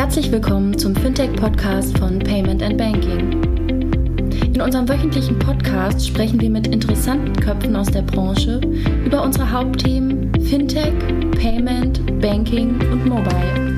Herzlich willkommen zum Fintech-Podcast von Payment & Banking. In unserem wöchentlichen Podcast sprechen wir mit interessanten Köpfen aus der Branche über unsere Hauptthemen Fintech, Payment, Banking und Mobile.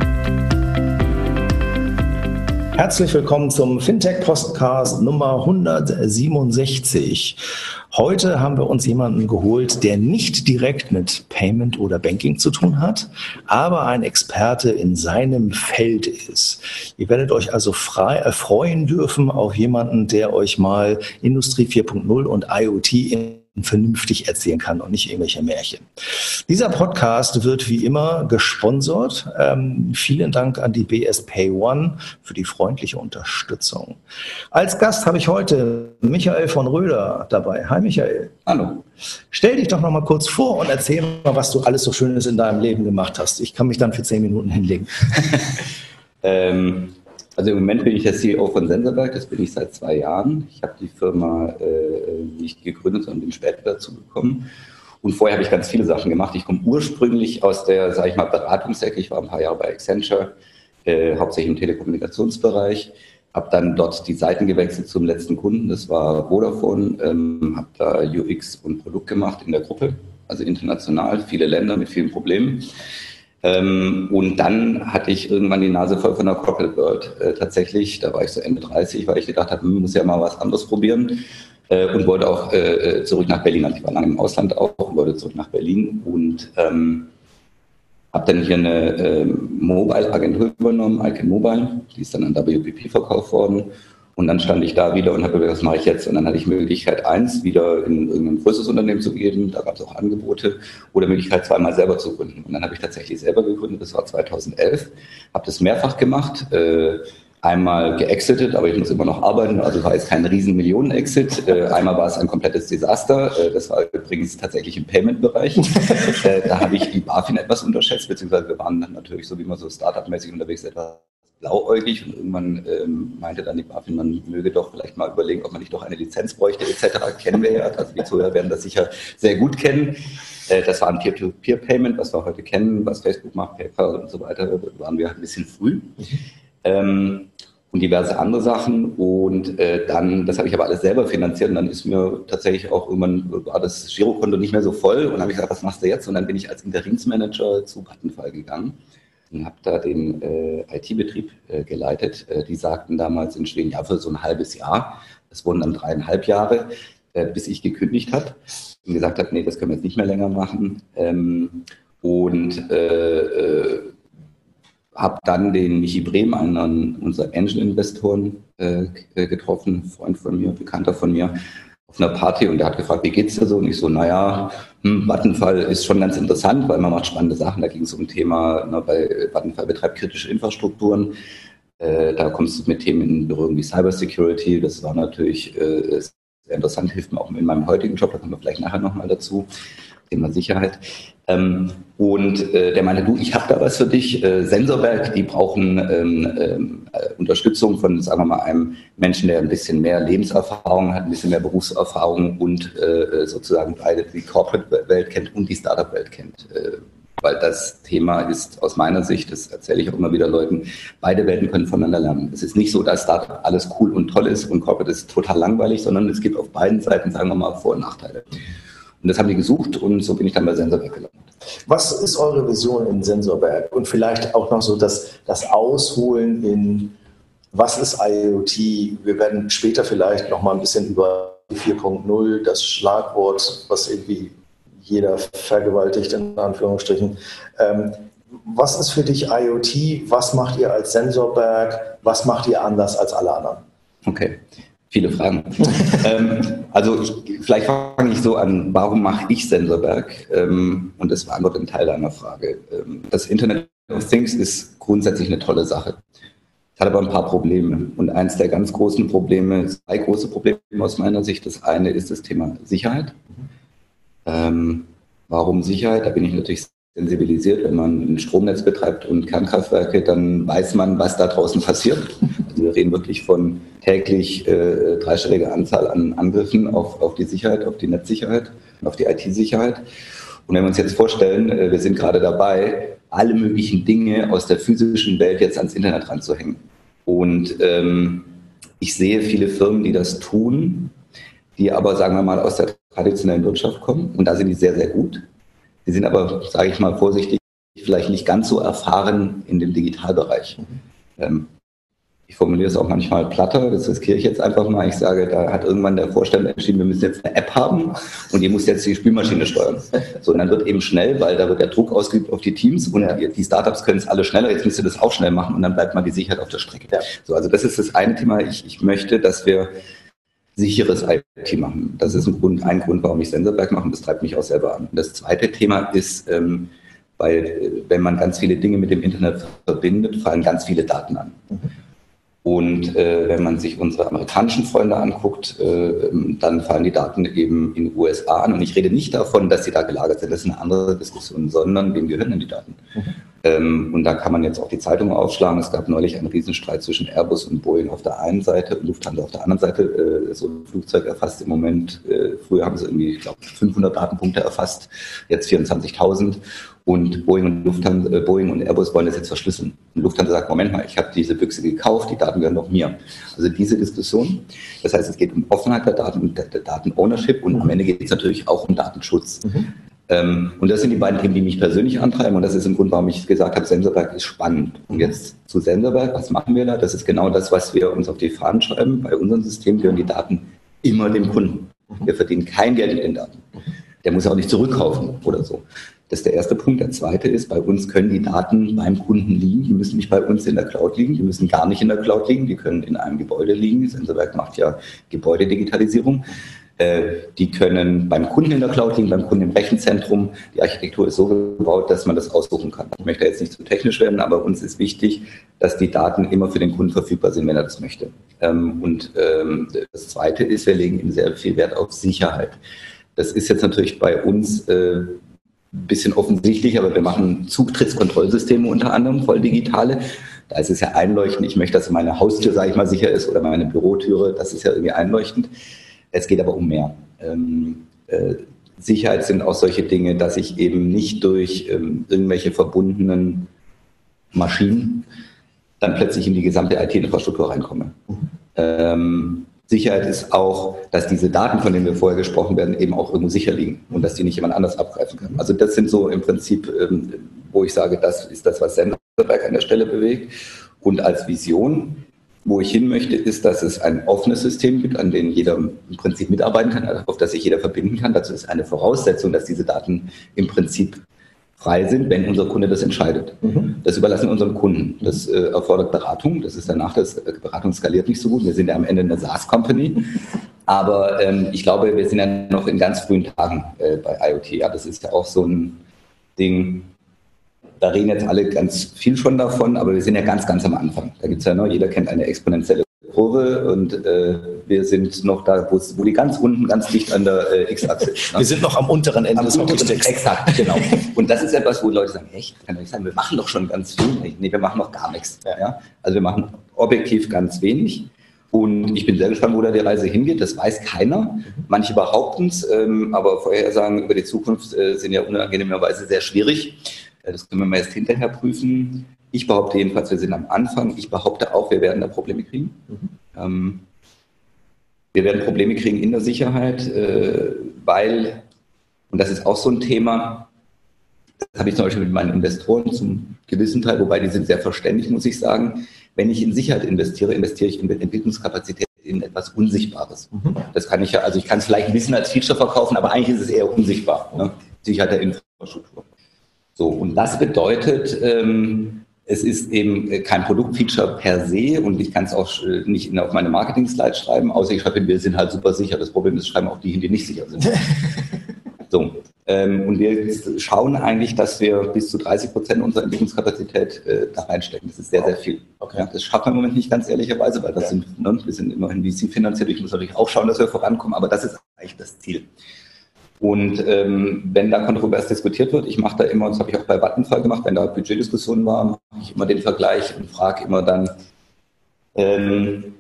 Herzlich willkommen zum Fintech-Podcast Nummer 167. Heute haben wir uns jemanden geholt, der nicht direkt mit Payment oder Banking zu tun hat, aber ein Experte in seinem Feld ist. Ihr werdet euch also freuen dürfen auf jemanden, der euch mal Industrie 4.0 und IoT vernünftig erzählen kann und nicht irgendwelche Märchen. Dieser Podcast wird wie immer gesponsert. Vielen Dank an die BS Pay One für die freundliche Unterstützung. Als Gast habe ich heute Michael von Röder dabei. Hi Michael. Hallo. Stell dich doch noch mal kurz vor und erzähl mal, was du alles so Schönes in deinem Leben gemacht hast. Ich kann mich dann für 10 Minuten hinlegen. Also im Moment bin ich der CEO von Sensorberg, das bin ich seit 2 Jahren. Ich habe die Firma nicht gegründet, sondern bin später dazu gekommen. Und vorher habe ich ganz viele Sachen gemacht. Ich komme ursprünglich aus der, sage ich mal, Beratungsecke. Ich war ein paar Jahre bei Accenture, hauptsächlich im Telekommunikationsbereich. Habe dann dort die Seiten gewechselt zum letzten Kunden, das war Vodafone. Habe da UX und Produkt gemacht in der Gruppe, also international, viele Länder mit vielen Problemen. Und dann hatte ich irgendwann die Nase voll von der Corporate World. Tatsächlich, da war ich so Ende 30, weil ich gedacht habe, man muss ja mal was anderes probieren. Und wollte auch zurück nach Berlin. Also ich war lange im Ausland auch und wollte zurück nach Berlin. Und habe dann hier eine Mobile-Agentur übernommen, Icon Mobile. Die ist dann an WPP verkauft worden. Und dann stand ich da wieder und habe überlegt, was mache ich jetzt? Und dann hatte ich Möglichkeit 1, wieder in irgendein größeres Unternehmen zu gehen. Da gab es auch Angebote. Oder Möglichkeit 2, mal selber zu gründen. Und dann habe ich tatsächlich selber gegründet. Das war 2011. Habe das mehrfach gemacht. Einmal geexitet, aber ich muss immer noch arbeiten. Also war jetzt kein riesen Millionen-Exit. Einmal war es ein komplettes Desaster. Das war übrigens tatsächlich im Payment-Bereich. Da habe ich die BaFin etwas unterschätzt, beziehungsweise wir waren dann natürlich, so wie man so Startup-mäßig unterwegs, etwas blauäugig und irgendwann meinte dann die BaFin, man möge doch vielleicht mal überlegen, ob man nicht doch eine Lizenz bräuchte etc. Kennen wir ja, also die Zuhörer werden das sicher sehr gut kennen. Das war ein Peer-to-Peer-Payment, was wir heute kennen, was Facebook macht, PayPal und so weiter, da waren wir ein bisschen früh. Und diverse andere Sachen und dann, das habe ich aber alles selber finanziert und dann ist mir tatsächlich auch irgendwann, war das Girokonto nicht mehr so voll und dann habe ich gesagt, was machst du jetzt? Und dann bin ich als Interimsmanager zu Vattenfall gegangen und habe da den IT-Betrieb geleitet. Die sagten damals in Schweden, ja, für so ein halbes Jahr. Das wurden dann 3,5 Jahre, bis ich gekündigt habe und gesagt habe, nee, das können wir jetzt nicht mehr länger machen. Habe dann den Michi Brehm, einen unserer Angel-Investoren, getroffen, Freund von mir, Bekannter von mir, auf einer Party und der hat gefragt, wie geht's dir so? Und ich so, naja, Vattenfall ist schon ganz interessant, weil man macht spannende Sachen. Da ging es um ein Thema, bei Vattenfall betreibt kritische Infrastrukturen. Da kommst du mit Themen in Berührung wie Cybersecurity. Das war natürlich sehr interessant, hilft mir auch in meinem heutigen Job, da kommen wir vielleicht nachher nochmal dazu. Thema Sicherheit. Und der meinte, du, ich habe da was für dich. Sensorberg, die brauchen Unterstützung von, sagen wir mal, einem Menschen, der ein bisschen mehr Lebenserfahrung hat, ein bisschen mehr Berufserfahrung und sozusagen beide die Corporate-Welt kennt und die Startup-Welt kennt. Weil das Thema ist aus meiner Sicht, das erzähle ich auch immer wieder Leuten, beide Welten können voneinander lernen. Es ist nicht so, dass Startup alles cool und toll ist und Corporate ist total langweilig, sondern es gibt auf beiden Seiten, sagen wir mal, Vor- und Nachteile. Und das haben die gesucht und so bin ich dann bei Sensorberg gelandet. Was ist eure Vision in Sensorberg? Und vielleicht auch noch so das Ausholen in, was ist IoT? Wir werden später vielleicht noch mal ein bisschen über 4.0, das Schlagwort, was irgendwie jeder vergewaltigt, in Anführungsstrichen. Was ist für dich IoT? Was macht ihr als Sensorberg? Was macht ihr anders als alle anderen? Okay. Viele Fragen. Vielleicht fange ich so an, warum mache ich Sensorberg? Und das beantwortet einen Teil deiner Frage. Das Internet of Things ist grundsätzlich eine tolle Sache. Es hat aber ein paar Probleme. Und eins der ganz großen Probleme, 2 große Probleme aus meiner Sicht. Das eine ist das Thema Sicherheit. Warum Sicherheit? Da bin ich natürlich sensibilisiert. Wenn man ein Stromnetz betreibt und Kernkraftwerke, dann weiß man, was da draußen passiert. Also wir reden wirklich von täglich dreistelliger Anzahl an Angriffen auf die Sicherheit, auf die Netzsicherheit, auf die IT-Sicherheit. Und wenn wir uns jetzt vorstellen, wir sind gerade dabei, alle möglichen Dinge aus der physischen Welt jetzt ans Internet ranzuhängen. Und ich sehe viele Firmen, die das tun, die aber, sagen wir mal, aus der traditionellen Wirtschaft kommen. Und da sind die sehr, sehr gut. Die sind aber, sage ich mal vorsichtig, vielleicht nicht ganz so erfahren in dem Digitalbereich. Ich formuliere es auch manchmal platter, das riskiere ich jetzt einfach mal. Ich sage, da hat irgendwann der Vorstand entschieden, wir müssen jetzt eine App haben und ihr müsst jetzt die Spülmaschine steuern. So, und dann wird eben schnell, weil da wird der Druck ausgeübt auf die Teams und die Startups können es alle schneller, jetzt müsst ihr das auch schnell machen und dann bleibt mal die Sicherheit auf der Strecke. Ja. So, also das ist das eine Thema. Ich möchte, dass wir sicheres IT machen. Das ist ein Grund, warum ich Sensorberg mache und das treibt mich auch selber an. Das zweite Thema ist, weil wenn man ganz viele Dinge mit dem Internet verbindet, fallen ganz viele Daten an. Und wenn man sich unsere amerikanischen Freunde anguckt, dann fallen die Daten eben in den USA an. Und ich rede nicht davon, dass sie da gelagert sind, das ist eine andere Diskussion, sondern wem gehören denn die Daten? Und da kann man jetzt auch die Zeitung aufschlagen. Es gab neulich einen Riesenstreit zwischen Airbus und Boeing auf der einen Seite und Lufthansa auf der anderen Seite. So ein Flugzeug erfasst im Moment, früher haben sie irgendwie, ich glaube, 500 Datenpunkte erfasst, jetzt 24.000. Und Boeing und Airbus wollen das jetzt verschlüsseln. Und Lufthansa sagt, Moment mal, ich habe diese Büchse gekauft, die Daten gehören doch mir. Also diese Diskussion, das heißt, es geht um Offenheit der Daten und der Daten-Ownership und am Ende geht es natürlich auch um Datenschutz. Und das sind die beiden Themen, die mich persönlich antreiben und das ist im Grund, warum ich gesagt habe, Sensorberg ist spannend. Und jetzt zu Sensorberg, was machen wir da? Das ist genau das, was wir uns auf die Fahnen schreiben. Bei unserem System gehören die Daten immer dem Kunden. Wir verdienen kein Geld mit den Daten. Der muss auch nicht zurückkaufen oder so. Das ist der erste Punkt. Der zweite ist, bei uns können die Daten beim Kunden liegen. Die müssen nicht bei uns in der Cloud liegen. Die müssen gar nicht in der Cloud liegen. Die können in einem Gebäude liegen. Sensorberg macht ja Gebäudedigitalisierung. Die können beim Kunden in der Cloud liegen, beim Kunden im Rechenzentrum. Die Architektur ist so gebaut, dass man das aussuchen kann. Ich möchte jetzt nicht zu technisch werden, aber uns ist wichtig, dass die Daten immer für den Kunden verfügbar sind, wenn er das möchte. Das Zweite ist, wir legen eben sehr viel Wert auf Sicherheit. Das ist jetzt natürlich bei uns ein bisschen offensichtlich, aber wir machen Zugtrittskontrollsysteme unter anderem, voll digitale. Da ist es ja einleuchtend. Ich möchte, dass meine Haustür, sage ich mal, sicher ist oder meine Bürotüre. Das ist ja irgendwie einleuchtend. Es geht aber um mehr. Sicherheit sind auch solche Dinge, dass ich eben nicht durch irgendwelche verbundenen Maschinen dann plötzlich in die gesamte IT-Infrastruktur reinkomme. Sicherheit ist auch, dass diese Daten, von denen wir vorher gesprochen werden, eben auch irgendwo sicher liegen und dass die nicht jemand anders abgreifen kann. Also das sind so im Prinzip, wo ich sage, das ist das, was Sensorberg an der Stelle bewegt. Und als Vision, wo ich hin möchte, ist, dass es ein offenes System gibt, an dem jeder im Prinzip mitarbeiten kann, auf das sich jeder verbinden kann. Dazu ist eine Voraussetzung, dass diese Daten im Prinzip frei sind, wenn unser Kunde das entscheidet. Das überlassen wir unserem Kunden. Das erfordert Beratung. Das ist danach, das Beratung skaliert nicht so gut. Wir sind ja am Ende eine SaaS-Company. Aber ich glaube, wir sind ja noch in ganz frühen Tagen bei IoT. Ja, das ist ja auch so ein Ding, da reden jetzt alle ganz viel schon davon, aber wir sind ja ganz, ganz am Anfang. Da gibt es ja noch, jeder kennt eine exponentielle Kurve und wir sind noch da, wo die ganz unten, ganz dicht an der X-Achse ist. Ne? Wir sind noch am unteren Ende des Hockeysticks. Exakt, genau. Und das ist etwas, wo Leute sagen, echt, kann doch nicht sein, wir machen doch schon ganz viel. Nee, wir machen noch gar nichts. Ja? Also wir machen objektiv ganz wenig. Und ich bin sehr gespannt, wo da die Reise hingeht. Das weiß keiner. Manche behaupten es, aber Vorhersagen über die Zukunft sind ja unangenehmerweise sehr schwierig. Das können wir mal erst hinterher prüfen. Ich behaupte jedenfalls, wir sind am Anfang. Ich behaupte auch, wir werden da Probleme kriegen. Wir werden Probleme kriegen in der Sicherheit, weil, und das ist auch so ein Thema, das habe ich zum Beispiel mit meinen Investoren zum gewissen Teil, wobei die sind sehr verständlich, muss ich sagen. Wenn ich in Sicherheit investiere, investiere ich in Entwicklungskapazität in etwas Unsichtbares. Das kann ich ja, also ich kann es vielleicht ein bisschen als Feature verkaufen, aber eigentlich ist es eher unsichtbar. Ne? Sicherheit der Infrastruktur. So, und das bedeutet, es ist eben kein Produktfeature per se und ich kann es auch nicht auf meine Marketing-Slides schreiben, außer ich schreibe, wir sind halt super sicher. Das Problem ist, schreiben auch die hin, die nicht sicher sind. So, und wir schauen eigentlich, dass wir bis zu 30% unserer Entwicklungskapazität da reinstecken. Das ist sehr, sehr viel. Okay. Ja, das schaffen wir im Moment nicht, ganz ehrlicherweise, weil das sind, ne, wir sind immerhin VC finanziert. Ich muss natürlich auch schauen, dass wir vorankommen, aber das ist eigentlich das Ziel. Und wenn da kontrovers diskutiert wird, ich mache da immer, das habe ich auch bei Vattenfall gemacht, wenn da Budgetdiskussionen waren, mache ich immer den Vergleich und frage immer dann,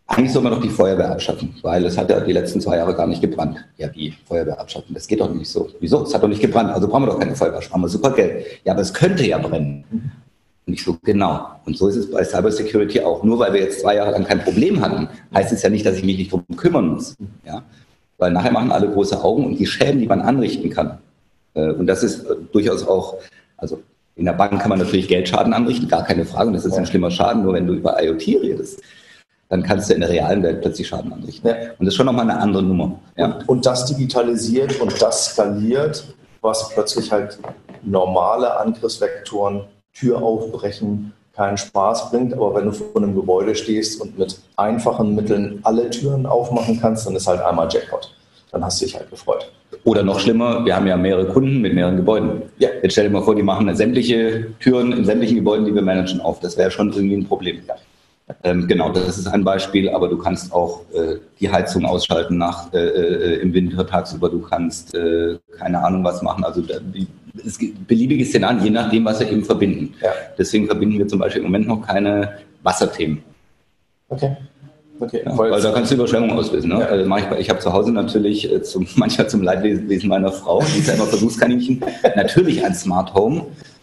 Eigentlich soll man doch die Feuerwehr abschaffen, weil es hat ja die letzten 2 Jahre gar nicht gebrannt. Ja, wie Feuerwehr abschaffen? Das geht doch nicht so. Wieso? Es hat doch nicht gebrannt, also brauchen wir doch keine Feuerwehr, sparen wir super Geld. Ja, aber es könnte ja brennen. Nicht so genau. Und so ist es bei Cybersecurity auch. Nur weil wir jetzt 2 Jahre lang kein Problem hatten, heißt es ja nicht, dass ich mich nicht drum kümmern muss. Ja? Weil nachher machen alle große Augen und die Schäden, die man anrichten kann. Und das ist durchaus auch, also in der Bank kann man natürlich Geldschaden anrichten, gar keine Frage. Und das ist ein schlimmer Schaden. Nur wenn du über IoT redest, dann kannst du in der realen Welt plötzlich Schaden anrichten. Ja. Und das ist schon nochmal eine andere Nummer. Ja. Und das digitalisiert und das skaliert, was plötzlich halt normale Angriffsvektoren, Tür aufbrechen, keinen Spaß bringt. Aber wenn du vor einem Gebäude stehst und mit einfachen Mitteln alle Türen aufmachen kannst, dann ist halt einmal Jackpot. Dann hast du dich halt gefreut. Oder noch schlimmer, wir haben ja mehrere Kunden mit mehreren Gebäuden. Ja. Jetzt stell dir mal vor, die machen sämtliche Türen in sämtlichen Gebäuden, die wir managen, auf. Das wäre schon irgendwie ein Problem. Ja. Genau, das ist ein Beispiel, aber du kannst auch die Heizung ausschalten im Winter tagsüber. Du kannst keine Ahnung was machen. Also es gibt beliebige Szenarien, je nachdem, was wir eben verbinden. Ja. Deswegen verbinden wir zum Beispiel im Moment noch keine Wasserthemen. Okay. Ja, weil da kannst du Überschwemmungen auslösen. Ne? Ja. Also ich habe zu Hause natürlich manchmal zum Leidwesen meiner Frau, die ist ja immer Versuchskaninchen, natürlich ein Smart Home.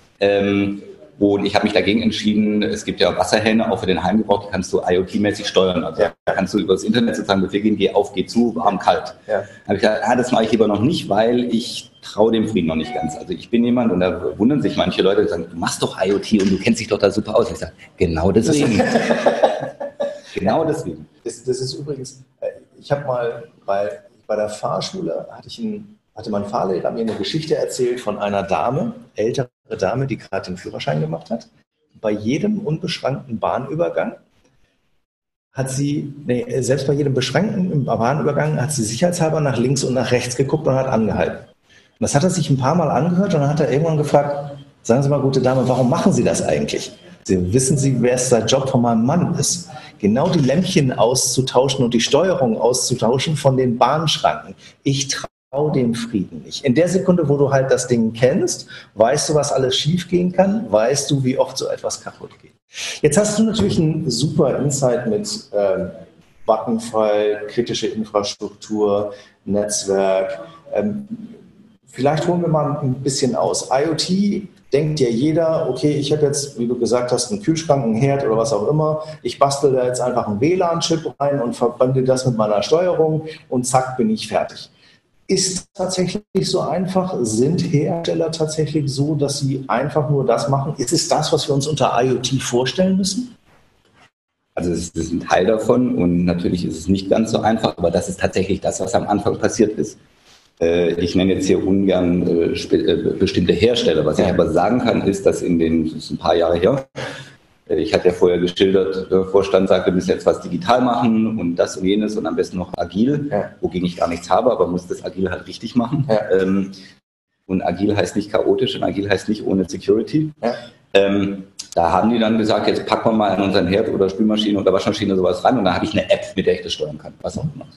Und ich habe mich dagegen entschieden, es gibt ja Wasserhähne, auch für den Heimgebrauch, die kannst du IoT-mäßig steuern. Also da kannst du über das Internet sozusagen befehlen, geh auf, geh zu, warm, kalt. Ja. Da habe ich gesagt, das mache ich lieber noch nicht, weil ich traue dem Frieden noch nicht ganz. Also ich bin jemand, und da wundern sich manche Leute, die sagen, du machst doch IoT und du kennst dich doch da super aus. Ich sage, genau deswegen. Genau deswegen. Das ist übrigens, ich habe mal bei der Fahrschule, hatte mein Fahrlehrer mir eine Geschichte erzählt von einer Dame, ältere Dame, die gerade den Führerschein gemacht hat. Bei jedem unbeschränkten Bahnübergang selbst bei jedem beschränkten Bahnübergang hat sie sicherheitshalber nach links und nach rechts geguckt und hat angehalten. Und das hat er sich ein paar Mal angehört und dann hat er irgendwann gefragt, sagen Sie mal, gute Dame, warum machen Sie das eigentlich? Wissen Sie, wer es der Job von meinem Mann ist? Genau die Lämpchen auszutauschen und die Steuerung auszutauschen von den Bahnschranken. Ich traue dem Frieden nicht. In der Sekunde, wo du halt das Ding kennst, weißt du, was alles schief gehen kann, weißt du, wie oft so etwas kaputt geht. Jetzt hast du natürlich einen super Insight mit Vattenfall, kritische Infrastruktur, Netzwerk. Vielleicht holen wir mal ein bisschen aus. IoT denkt ja jeder, okay, ich habe jetzt, wie du gesagt hast, einen Kühlschrank, einen Herd oder was auch immer. Ich bastel da jetzt einfach einen WLAN-Chip rein und verbinde das mit meiner Steuerung und zack, bin ich fertig. Ist tatsächlich so einfach? Sind Hersteller tatsächlich so, dass sie einfach nur das machen? Ist es das, was wir uns unter IoT vorstellen müssen? Also das ist ein Teil davon und natürlich ist es nicht ganz so einfach, aber das ist tatsächlich das, was am Anfang passiert ist. Ich nenne jetzt hier ungern bestimmte Hersteller. Was ich aber sagen kann, ist, dass das ist ein paar Jahre her, ich hatte ja vorher geschildert, der Vorstand sagte, wir müssen jetzt was digital machen und das und jenes und am besten noch agil, wogegen ich gar nichts habe, aber muss das agil halt richtig machen. Ja. Und agil heißt nicht chaotisch und agil heißt nicht ohne Security. Ja. Da haben die dann gesagt, jetzt packen wir mal in unseren Herd oder Spülmaschine oder Waschmaschine sowas rein und dann habe ich eine App, mit der ich das steuern kann, was auch immer.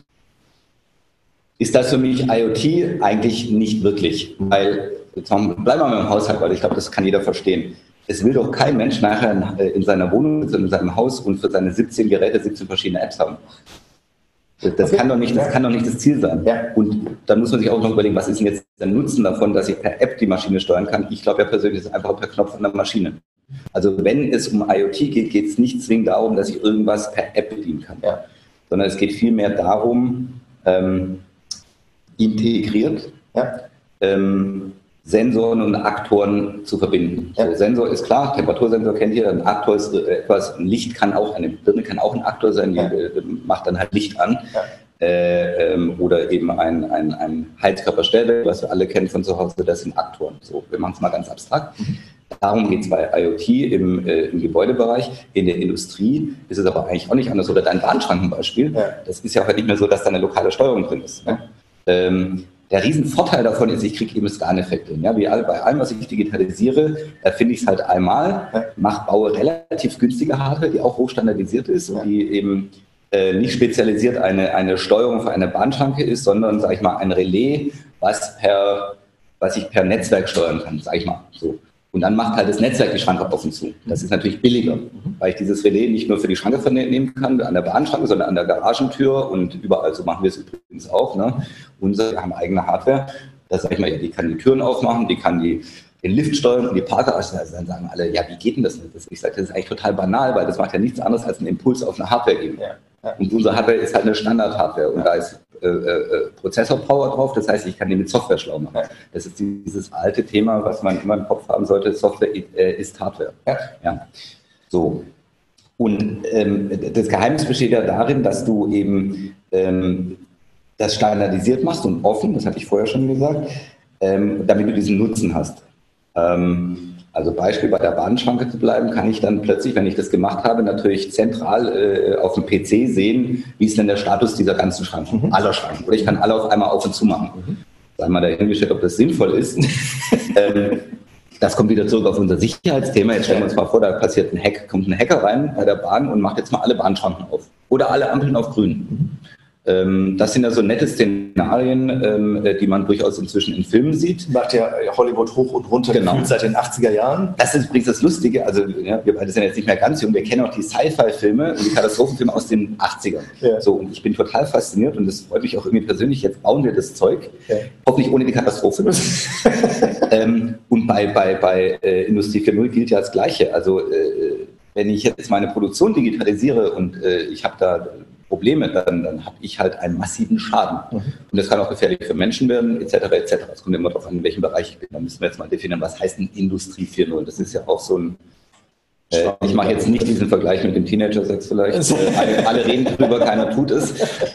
Ist das für mich IoT? Eigentlich nicht wirklich, weil, jetzt bleiben wir mal im Haushalt, weil ich glaube, das kann jeder verstehen. Es will doch kein Mensch nachher in seiner Wohnung, in seinem Haus und für seine 17 Geräte 17 verschiedene Apps haben. Das kann doch nicht das Ziel sein. Ja. Und dann muss man sich auch noch überlegen, was ist denn jetzt der Nutzen davon, dass ich per App die Maschine steuern kann? Ich glaube ja persönlich, es ist einfach per Knopf an der Maschine. Also wenn es um IoT geht, geht es nicht zwingend darum, dass ich irgendwas per App bedienen kann, sondern es geht vielmehr darum, integriert Sensoren und Aktoren zu verbinden. Ja. So, Sensor ist klar, Temperatursensor kennt ihr, ein Aktor ist etwas, ein Licht kann auch, eine Birne kann auch ein Aktor sein, die macht dann halt Licht an. Ja. Oder eben ein Heizkörperstellwerk, was wir alle kennen von zu Hause, das sind Aktoren. So, wir machen es mal ganz abstrakt. Darum geht es bei IoT im Gebäudebereich. In der Industrie ist es aber eigentlich auch nicht anders. Oder dein Bahnschrankenbeispiel, das ist ja heute nicht mehr so, dass da eine lokale Steuerung drin ist. Ne? Der Riesenvorteil davon ist, ich kriege eben Skaleneffekte. Ja, wie bei allem, was ich digitalisiere, finde ich es halt einmal, baue relativ günstige Hardware, die auch hochstandardisiert ist und die eben nicht spezialisiert eine Steuerung für eine Bahnschranke ist, sondern, sage ich mal, ein Relais, was ich per Netzwerk steuern kann, sage ich mal so. Und dann macht halt das Netzwerk die Schranke offen zu. Das ist natürlich billiger, weil ich dieses Relais nicht nur für die Schranke vernehmen kann, an der Bahnschranke, sondern an der Garagentür und überall. So machen wir es übrigens auch. Ne? Wir haben eigene Hardware. Das sage ich mal, die kann die Türen aufmachen, die kann den Lift steuern und die Parker. Also dann sagen alle, ja, wie geht denn das? Ich sage, das ist eigentlich total banal, weil das macht ja nichts anderes als einen Impuls auf eine Hardware geben. Ja. Und unsere Hardware ist halt eine Standard-Hardware und da ist Prozessor-Power drauf, das heißt, ich kann die mit Software schlau machen. Das ist dieses alte Thema, was man immer im Kopf haben sollte, Software ist Hardware. Ja. So. Und das Geheimnis besteht ja darin, dass du eben das standardisiert machst und offen, das hatte ich vorher schon gesagt, damit du diesen Nutzen hast. Also Beispiel bei der Bahnschranke zu bleiben, kann ich dann plötzlich, wenn ich das gemacht habe, natürlich zentral auf dem PC sehen, wie ist denn der Status dieser ganzen Schranken, aller Schranken. Oder ich kann alle auf einmal auf und zu machen. Sei mal dahingestellt, ob das sinnvoll ist. Das kommt wieder zurück auf unser Sicherheitsthema. Jetzt stellen wir uns mal vor, da passiert ein Hack, kommt ein Hacker rein bei der Bahn und macht jetzt mal alle Bahnschranken auf. Oder alle Ampeln auf grün. Das sind ja so nette Szenarien, die man durchaus inzwischen in Filmen sieht. Macht ja Hollywood hoch und runter gefühlt seit den 80er Jahren. Das ist übrigens das Lustige, also ja, wir beide sind jetzt nicht mehr ganz jung, wir kennen auch die Sci-Fi-Filme und die Katastrophenfilme aus den 80ern. Ja. So, und ich bin total fasziniert und das freut mich auch irgendwie persönlich, jetzt bauen wir das Zeug, hoffentlich ohne die Katastrophe. Und bei Industrie 4.0 gilt ja das Gleiche. Also wenn ich jetzt meine Produktion digitalisiere und ich habe da Probleme, dann habe ich halt einen massiven Schaden. Und das kann auch gefährlich für Menschen werden, etc. etc. Es kommt immer darauf an, in welchem Bereich ich bin. Da müssen wir jetzt mal definieren, was heißt denn Industrie 4.0? Das ist ja auch so ein... ich mache jetzt nicht diesen Vergleich mit dem Teenager-Sex vielleicht. Alle reden drüber, keiner tut es.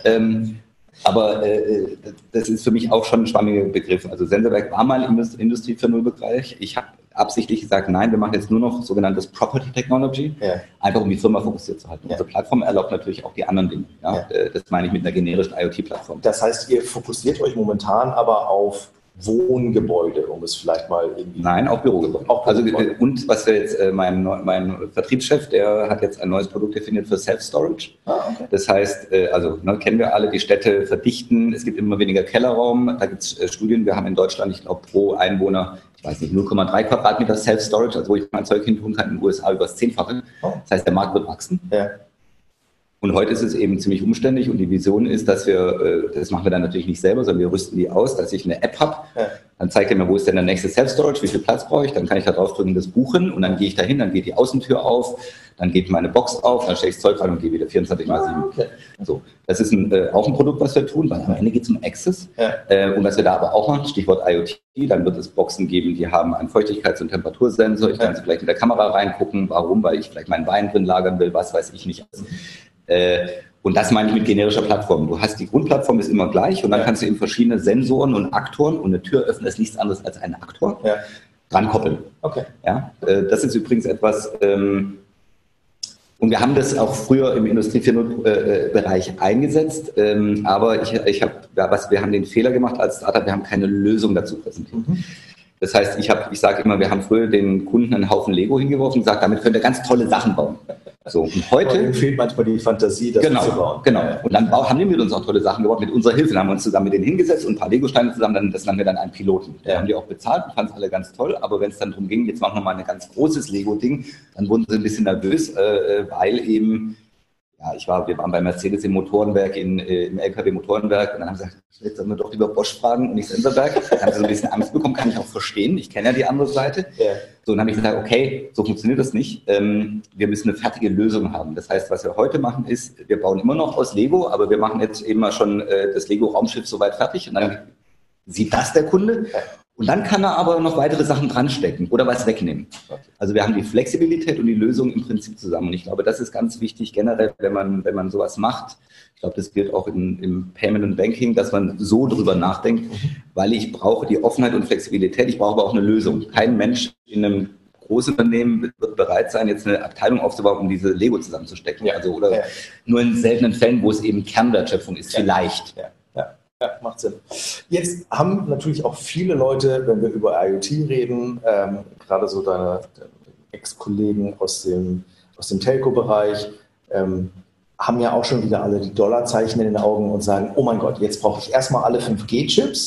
Aber das ist für mich auch schon ein schwammiger Begriff. Also Sensorwerk war mal im Industrie 4.0-Bereich. Ich habe absichtlich gesagt, nein, wir machen jetzt nur noch sogenanntes Property Technology, einfach um die Firma fokussiert zu halten. Unsere Plattform erlaubt natürlich auch die anderen Dinge. Ja? Das meine ich mit einer generischen IoT-Plattform. Das heißt, ihr fokussiert euch momentan aber auf Wohngebäude, um es vielleicht mal irgendwie... Nein, auch Bürogebäude. Und was wir jetzt, mein Vertriebschef, der hat jetzt ein neues Produkt definiert für Self-Storage. Okay. Das heißt, kennen wir alle, die Städte verdichten, es gibt immer weniger Kellerraum, da gibt es Studien, wir haben in Deutschland, ich glaube, pro Einwohner, ich weiß nicht, 0,3 Quadratmeter Self-Storage, also wo ich mein Zeug hin tun kann, in den USA über das 10-fache. Das heißt, der Markt wird wachsen. Ja. Und heute ist es eben ziemlich umständlich und die Vision ist, dass wir, das machen wir dann natürlich nicht selber, sondern wir rüsten die aus, dass ich eine App habe, dann zeigt er mir, wo ist denn der nächste Self-Storage, wie viel Platz brauche ich, dann kann ich da drauf drücken, das buchen und dann gehe ich da hin, dann geht die Außentür auf, dann geht meine Box auf, dann stelle ich das Zeug rein und gehe wieder 24x7. Okay. So, das ist auch ein Produkt, was wir tun, weil am Ende geht es um Access. Und was wir da aber auch machen, Stichwort IoT, dann wird es Boxen geben, die haben einen Feuchtigkeits- und Temperatursensor, ich kann sie vielleicht mit der Kamera reingucken, warum, weil ich vielleicht meinen Wein drin lagern will, was weiß ich nicht. Und das meine ich mit generischer Plattform. Du hast die Grundplattform ist immer gleich und dann kannst du eben verschiedene Sensoren und Aktoren und eine Tür öffnen ist nichts anderes als ein Aktor dran koppeln. Okay. Ja, das ist übrigens etwas, und wir haben das auch früher im Industrie 4.0 Bereich eingesetzt, aber wir haben den Fehler gemacht als Startup, wir haben keine Lösung dazu präsentiert. Das heißt, ich sage immer, wir haben früher den Kunden einen Haufen Lego hingeworfen und gesagt, damit könnt ihr ganz tolle Sachen bauen. So, und heute Ihnen fehlt manchmal die Fantasie, das zu bauen. Genau. Und dann haben die mit uns auch tolle Sachen gebaut, mit unserer Hilfe. Dann haben wir uns zusammen mit denen hingesetzt und ein paar Lego-Steine zusammen, das nennen wir dann einen Piloten. Da haben die auch bezahlt und fanden es alle ganz toll. Aber wenn es dann darum ging, jetzt machen wir mal ein ganz großes Lego-Ding, dann wurden sie ein bisschen nervös, weil eben, wir waren bei Mercedes im Motorenwerk, im LKW-Motorenwerk und dann haben sie gesagt, jetzt sollen wir doch lieber Bosch fragen und nicht Sensorwerk. Dann haben sie so ein bisschen Angst bekommen, kann ich auch verstehen. Ich kenne ja die andere Seite. So, und dann habe ich gesagt, okay, so funktioniert das nicht. Wir müssen eine fertige Lösung haben. Das heißt, was wir heute machen ist, wir bauen immer noch aus Lego, aber wir machen jetzt eben mal schon das Lego-Raumschiff soweit fertig und dann sieht das der Kunde. Und dann kann er aber noch weitere Sachen dranstecken oder was wegnehmen. Also wir haben die Flexibilität und die Lösung im Prinzip zusammen. Und ich glaube, das ist ganz wichtig generell, wenn man sowas macht. Ich glaube, das gilt auch im Payment und Banking, dass man so drüber nachdenkt, weil ich brauche die Offenheit und Flexibilität. Ich brauche aber auch eine Lösung. Kein Mensch in einem Großunternehmen wird bereit sein, jetzt eine Abteilung aufzubauen, um diese Lego zusammenzustecken. Nur in seltenen Fällen, wo es eben Kernwertschöpfung ist, vielleicht. Ja, macht Sinn. Jetzt haben natürlich auch viele Leute, wenn wir über IoT reden, gerade so deine Ex-Kollegen aus dem Telco-Bereich, haben ja auch schon wieder alle die Dollarzeichen in den Augen und sagen, oh mein Gott, jetzt brauche ich erstmal alle 5G-Chips,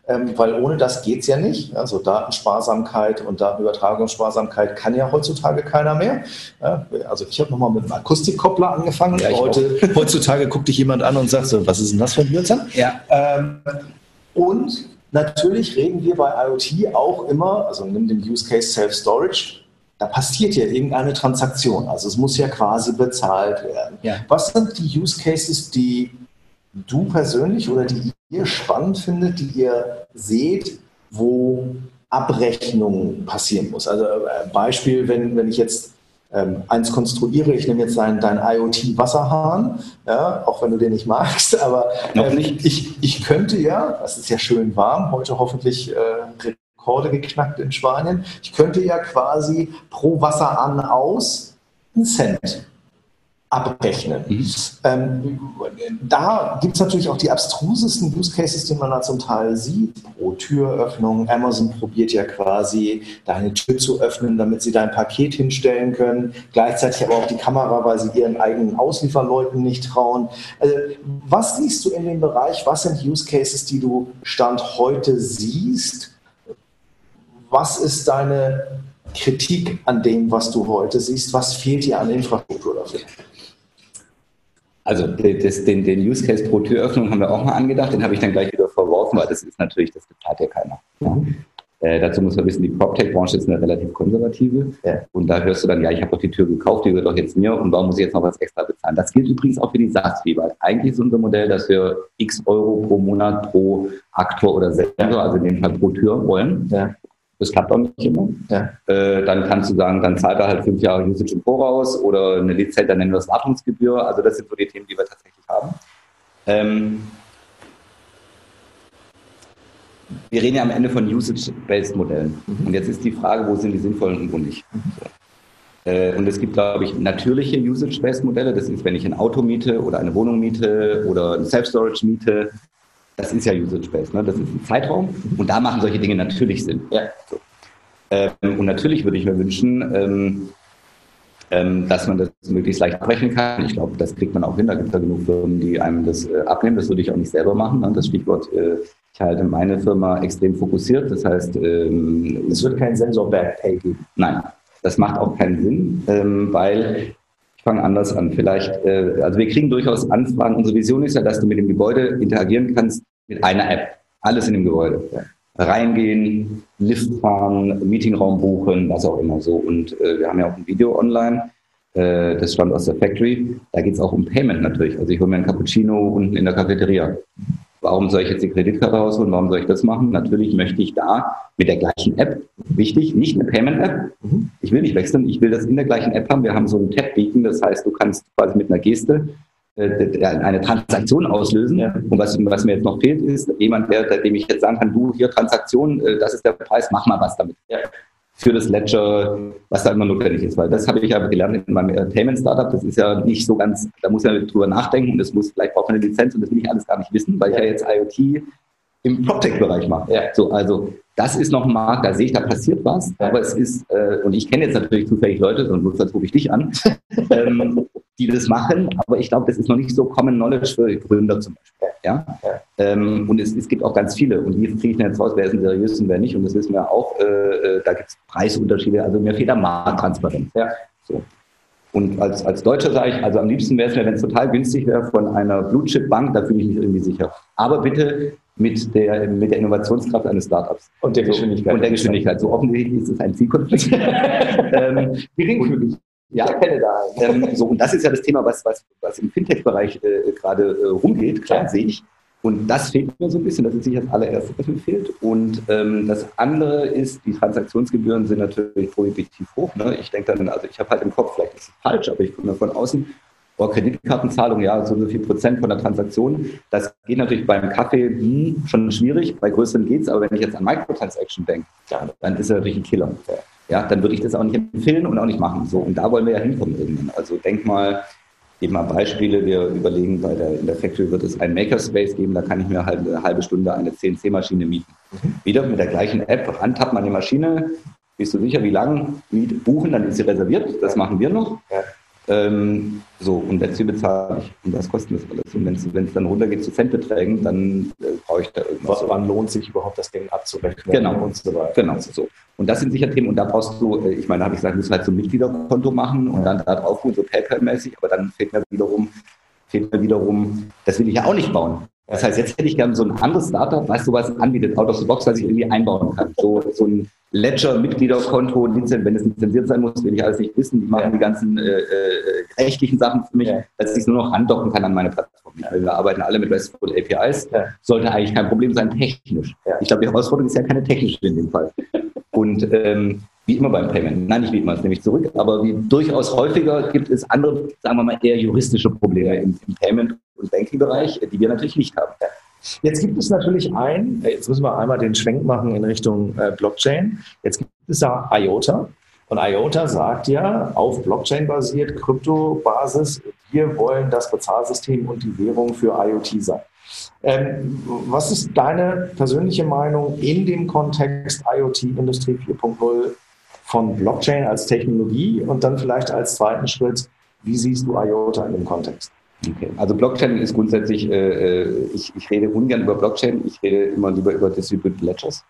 weil ohne das geht es ja nicht. Also Datensparsamkeit und Datenübertragungssparsamkeit kann ja heutzutage keiner mehr. Ja, also ich habe nochmal mit einem Akustikkoppler angefangen. Ja, heutzutage guckt dich jemand an und sagt so, was ist denn das für ein Blödsinn? Ja. Und natürlich reden wir bei IoT auch immer, also nimm den Use Case Self-Storage, da passiert ja irgendeine Transaktion. Also es muss ja quasi bezahlt werden. Ja. Was sind die Use Cases, die du persönlich oder die ihr spannend findet, die ihr seht, wo Abrechnung passieren muss? Also Beispiel, wenn ich jetzt eins konstruiere, ich nehme jetzt deinen IoT-Wasserhahn, ja, auch wenn du den nicht magst, aber ich könnte ja, das ist ja schön warm, heute hoffentlich Rekorde geknackt in Spanien, ich könnte ja quasi pro Wasser an aus einen Cent abrechnen. Da gibt es natürlich auch die abstrusesten Use Cases, die man da zum Teil sieht. Pro Türöffnung. Amazon probiert ja quasi, deine Tür zu öffnen, damit sie dein Paket hinstellen können. Gleichzeitig aber auch die Kamera, weil sie ihren eigenen Auslieferleuten nicht trauen. Also, was siehst du in dem Bereich? Was sind Use Cases, die du Stand heute siehst? Was ist deine Kritik an dem, was du heute siehst? Was fehlt dir an Infrastruktur dafür? Also den Use Case pro Türöffnung haben wir auch mal angedacht, den habe ich dann gleich wieder verworfen, weil das ist natürlich, das bezahlt ja keiner. Ja. Dazu muss man wissen, die PropTech-Branche ist eine relativ konservative. Ja. Und da hörst du dann, ja, ich habe doch die Tür gekauft, die gehört doch jetzt mir und warum muss ich jetzt noch was extra bezahlen? Das gilt übrigens auch für die SaaS-Fee, weil eigentlich ist unser Modell, dass wir x Euro pro Monat pro Aktor oder Sensor, also in dem Fall pro Tür wollen. Ja. Das klappt auch nicht immer. Ja. Dann kannst du sagen, dann zahlt er halt 5 Jahre Usage im Voraus oder eine Lizenz, dann nennen wir das Wartungsgebühr. Also das sind so die Themen, die wir tatsächlich haben. Wir reden ja am Ende von Usage-Based-Modellen. Und jetzt ist die Frage, wo sind die sinnvollen und wo nicht. Und es gibt, glaube ich, natürliche Usage-Based-Modelle. Das ist, wenn ich ein Auto miete oder eine Wohnung miete oder ein Self-Storage miete. Das ist ja Usage-Based, ne? Das ist ein Zeitraum und da machen solche Dinge natürlich Sinn. Ja. So. Und natürlich würde ich mir wünschen, dass man das möglichst leicht abrechnen kann. Ich glaube, das kriegt man auch hin. Da gibt es ja genug Firmen, die einem das abnehmen. Das würde ich auch nicht selber machen. Ne? Das Stichwort, ich halte meine Firma extrem fokussiert. Das heißt, es wird kein Sensor-Back-Pay geben. Nein, das macht auch keinen Sinn, weil ich fange anders an. Vielleicht, also wir kriegen durchaus Anfragen. Unsere Vision ist ja, dass du mit dem Gebäude interagieren kannst mit einer App. Alles in dem Gebäude. Ja. Reingehen, Lift fahren, Meetingraum buchen, was auch immer so. Und wir haben ja auch ein Video online, das stammt aus der Factory. Da geht es auch um Payment natürlich. Also ich hole mir einen Cappuccino unten in der Cafeteria. Warum soll ich jetzt die Kreditkarte rausholen? Warum soll ich das machen? Natürlich möchte ich da mit der gleichen App, wichtig, nicht eine Payment-App. Ich will nicht wechseln, ich will das in der gleichen App haben. Wir haben so ein Tap-Beacon, das heißt, du kannst quasi mit einer Geste eine Transaktion auslösen. Ja. Und was mir jetzt noch fehlt, ist jemand, dem ich jetzt sagen kann, du, hier Transaktion, das ist der Preis, mach mal was damit. Ja. Für das Ledger, was da immer notwendig ist. Weil das habe ich ja gelernt in meinem Entertainment-Startup. Das ist ja nicht so ganz, da muss man drüber nachdenken und vielleicht braucht man eine Lizenz und das will ich alles gar nicht wissen, weil ich ja jetzt IoT im PropTech-Bereich mache. Ja. So, also das ist noch ein Markt, da sehe ich, da passiert was, aber es ist, und ich kenne jetzt natürlich zufällig Leute, sonst rufe ich dich an, die das machen, aber ich glaube, das ist noch nicht so Common Knowledge für Gründer zum Beispiel. Ja? Und es gibt auch ganz viele, und wie kriege ich denn jetzt raus, wer ist denn seriös und wer nicht, und das wissen wir auch, da gibt es Preisunterschiede, also mir fehlt da Markttransparenz. Ja? So. Und als Deutscher sage ich, also am liebsten wäre es mir, wenn es total günstig wäre von einer Blue-Chip-Bank, da fühle ich mich irgendwie sicher. Aber bitte mit der Innovationskraft eines Startups. Und der Geschwindigkeit. Und der Geschwindigkeit. So offensichtlich ist es ein Zielkonflikt. Geringfügig. Ja, ich kenne da. So, und das ist ja das Thema, was im Fintech-Bereich gerade rumgeht, klar, sehe ich. Und das fehlt mir so ein bisschen, das ist sicher das allererste, was mir fehlt. Und das andere ist, die Transaktionsgebühren sind natürlich prohibitiv hoch. Ne? Ich denke dann, also ich habe halt im Kopf, vielleicht ist es falsch, aber ich komme von außen, Kreditkartenzahlung, ja, so viel Prozent von der Transaktion. Das geht natürlich beim Kaffee schon schwierig, bei größeren geht's, aber wenn ich jetzt an Microtransaction denke, ja, dann ist er natürlich ein Killer. Ja, dann würde ich das auch nicht empfehlen und auch nicht machen. So, und da wollen wir ja hinkommen irgendwann. Also denk mal, gib mal Beispiele. Wir überlegen, in der Factory wird es einen Makerspace geben, da kann ich mir halt eine halbe Stunde eine CNC-Maschine mieten. Wieder mit der gleichen App, antappt man die Maschine, bist du sicher, wie lang buchen, dann ist sie reserviert, das machen wir noch. Ja. Und letztlich bezahle ich. Und das kostet das alles. Und wenn es dann runtergeht zu Centbeträgen, dann brauche ich da irgendwas. Wann lohnt sich überhaupt das Ding abzurechnen? Genau. Und so weiter. Genau, so. Und das sind sicher Themen. Und da brauchst du, ich meine, da habe ich gesagt, du musst halt so ein Mitgliederkonto machen und dann da drauf holen, so PayPal-mäßig. Aber dann fehlt mir wiederum, das will ich ja auch nicht bauen. Das heißt, jetzt hätte ich gerne so ein anderes Startup, was sowas anbietet, out of the box, was ich irgendwie einbauen kann. So ein Ledger-Mitgliederkonto, wenn es lizenziert sein muss, will ich alles nicht wissen. Die machen die ganzen rechtlichen Sachen für mich, dass ich es nur noch andocken kann an meine Plattform. Wir arbeiten alle mit RESTful APIs. Sollte eigentlich kein Problem sein, technisch. Ich glaube, die Herausforderung ist ja keine technische in dem Fall. Und wie immer beim Payment, nein, nicht wie immer, das nehme ich zurück, aber wie durchaus häufiger gibt es andere, sagen wir mal, eher juristische Probleme im Payment- und Banking-Bereich, die wir natürlich nicht haben. Jetzt gibt es natürlich jetzt müssen wir einmal den Schwenk machen in Richtung Blockchain. Jetzt gibt es ja IOTA. Und IOTA sagt ja, auf Blockchain basiert, Kryptobasis, wir wollen das Bezahlsystem und die Währung für IoT sein. Was ist deine persönliche Meinung in dem Kontext IoT Industrie 4.0 von Blockchain als Technologie und dann vielleicht als zweiten Schritt, wie siehst du IOTA in dem Kontext? Okay. Also Blockchain ist grundsätzlich, ich rede ungern über Blockchain, ich rede immer lieber über Distributed Ledgers,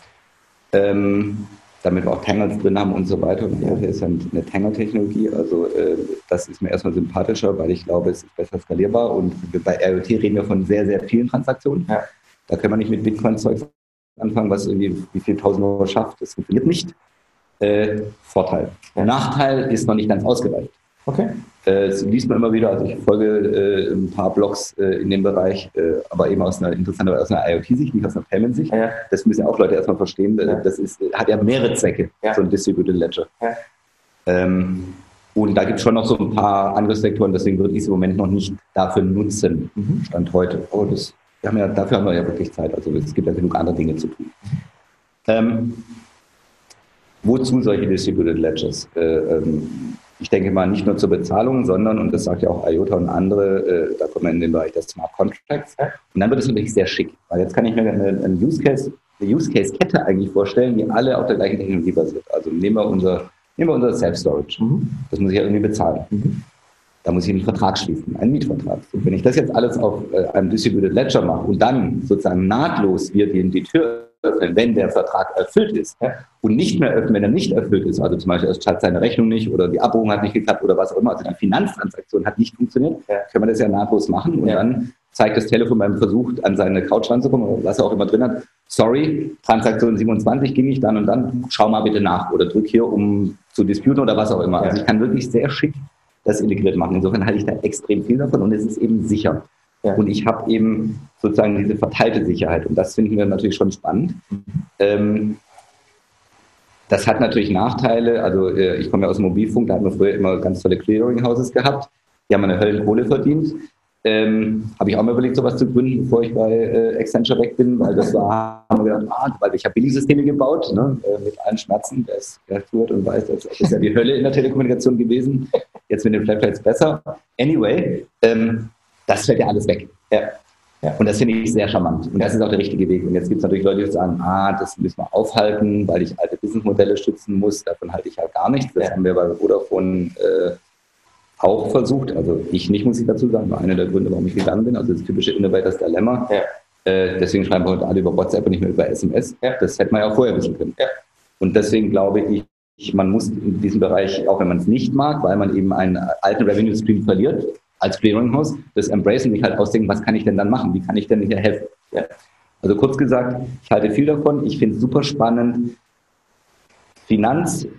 damit wir auch Tangles drin haben und so weiter. Und IoT ist ja eine Tangle-Technologie, also das ist mir erstmal sympathischer, weil ich glaube, es ist besser skalierbar und bei IoT reden wir von sehr, sehr vielen Transaktionen. Ja. Da können wir nicht mit Bitcoin-Zeugs anfangen, was irgendwie wie viel 1000 Euro schafft, das funktioniert nicht. Vorteil. Nachteil ist noch nicht ganz ausgereift. Okay. Das liest man immer wieder, also ich folge ein paar Blogs in dem Bereich, aber eben aus einer IoT-Sicht, nicht aus einer Payment-Sicht. Ja. Das müssen ja auch Leute erstmal verstehen. Das hat ja mehrere Zwecke, so ein Distributed Ledger. Ja. Und da gibt es schon noch so ein paar Angriffsvektoren, deswegen würde ich es im Moment noch nicht dafür nutzen, Stand heute. Oh, dafür haben wir ja wirklich Zeit, also es gibt ja genug andere Dinge zu tun. Wozu solche Distributed Ledgers? Ich denke mal nicht nur zur Bezahlung, sondern, und das sagt ja auch IOTA und andere, da kommen wir in den Bereich der Smart Contracts. Und dann wird es natürlich sehr schick, weil jetzt kann ich mir eine Use Case Kette eigentlich vorstellen, die alle auf der gleichen Technologie basiert. Also nehmen wir unser Self-Storage. Das muss ich ja irgendwie bezahlen. Da muss ich einen Vertrag schließen, einen Mietvertrag. Und wenn ich das jetzt alles auf einem Distributed Ledger mache und dann sozusagen nahtlos wir die Tür öffnen, wenn der Vertrag erfüllt ist und nicht mehr öffnen, wenn er nicht erfüllt ist, also zum Beispiel es zahlt seine Rechnung nicht oder die Abbuchung hat nicht geklappt oder was auch immer, also die Finanztransaktion hat nicht funktioniert, können wir das ja nahtlos machen und dann zeigt das Telefon beim Versuch, an seine Couch ranzukommen oder was er auch immer drin hat, sorry, Transaktion 27 ging nicht dann und dann, schau mal bitte nach oder drück hier, um zu disputen oder was auch immer. Also ich kann wirklich sehr schick das integriert machen. Insofern halte ich da extrem viel davon und es ist eben sicher. Ja. Und ich habe eben sozusagen diese verteilte Sicherheit und das finden wir natürlich schon spannend. Das hat natürlich Nachteile, also ich komme ja aus dem Mobilfunk, da hatten wir früher immer ganz tolle Clearinghouses gehabt, die haben eine Höllenkohle verdient. Habe ich auch mal überlegt, sowas zu gründen, bevor ich bei Accenture weg bin, weil das war, haben wir gedacht, weil ich habe Billigsysteme gebaut, ne, mit allen Schmerzen, der ist gehört und weiß, das ist ja die Hölle in der Telekommunikation gewesen, jetzt mit den Flatrates besser. Anyway, das fällt ja alles weg. Ja. Und das finde ich sehr charmant. Und das ist auch der richtige Weg. Und jetzt gibt es natürlich Leute, die sagen, das müssen wir aufhalten, weil ich alte Businessmodelle schützen muss. Davon halte ich halt gar nichts. Das haben wir bei Vodafone auch versucht. Also ich nicht, muss ich dazu sagen. War einer der Gründe, warum ich gegangen bin. Also das typische Innovators Dilemma. Ja. Deswegen schreiben wir heute alle über WhatsApp und nicht mehr über SMS. Ja. Das hätte man ja auch vorher wissen können. Ja. Und deswegen glaube ich, man muss in diesem Bereich, auch wenn man es nicht mag, weil man eben einen alten Revenue Stream verliert, als Clearinghouse, das embracen, mich halt ausdenken, was kann ich denn dann machen? Wie kann ich denn hier helfen? Ja. Also kurz gesagt, ich halte viel davon. Ich finde es super spannend, Finanzströme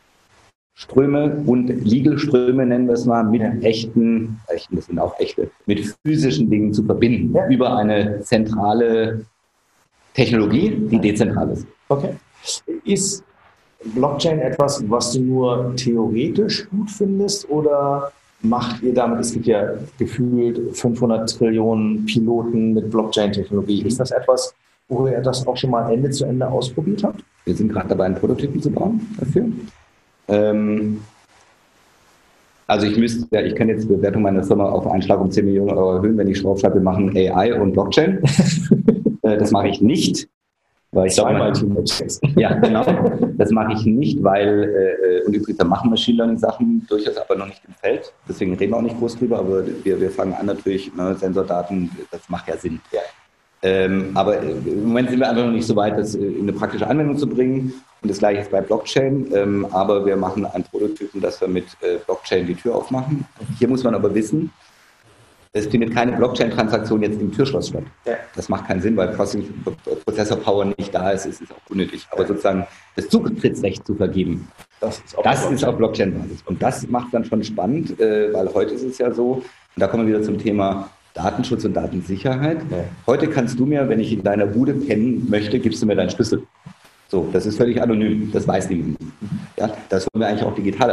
und Legal-Ströme, nennen wir es mal, mit echten, das sind auch echte, mit physischen Dingen zu verbinden, über eine zentrale Technologie, die dezentral ist. Okay. Ist Blockchain etwas, was du nur theoretisch gut findest oder macht ihr damit, es gibt ja gefühlt 500 Trillionen Piloten mit Blockchain-Technologie. Ist das etwas, wo ihr das auch schon mal Ende zu Ende ausprobiert habt? Wir sind gerade dabei, einen Prototypen zu bauen dafür. Also ich kann jetzt die Bewertung meiner Firma auf einen Schlag um 10 Millionen Euro erhöhen, wenn ich draufschreibe, wir machen AI und Blockchain. Das mache ich nicht. Weil ich zweimal Teammatch-Checks. Ja, genau. Das mache ich nicht, weil, und übrigens, da machen Machine Learning-Sachen durchaus aber noch nicht im Feld. Deswegen reden wir auch nicht groß drüber, aber wir fangen an natürlich, ne, Sensordaten, das macht ja Sinn. Ja. Aber im Moment sind wir einfach noch nicht so weit, das in eine praktische Anwendung zu bringen. Und das gleiche ist bei Blockchain. Aber wir machen einen Prototypen, dass wir mit Blockchain die Tür aufmachen. Hier muss man aber wissen, es findet keine Blockchain-Transaktion jetzt im Türschloss statt. Ja. Das macht keinen Sinn, weil Prozessor-Power nicht da ist. Es ist auch unnötig. Aber sozusagen das Zugtrittsrecht zu vergeben, das ist auf Blockchain-Basis. Und das macht dann schon spannend, weil heute ist es ja so, und da kommen wir wieder zum Thema Datenschutz und Datensicherheit. Ja. Heute kannst du mir, wenn ich in deiner Bude pennen möchte, gibst du mir deinen Schlüssel. So, das ist völlig anonym. Das weiß niemand. Ja, das wollen wir eigentlich auch digital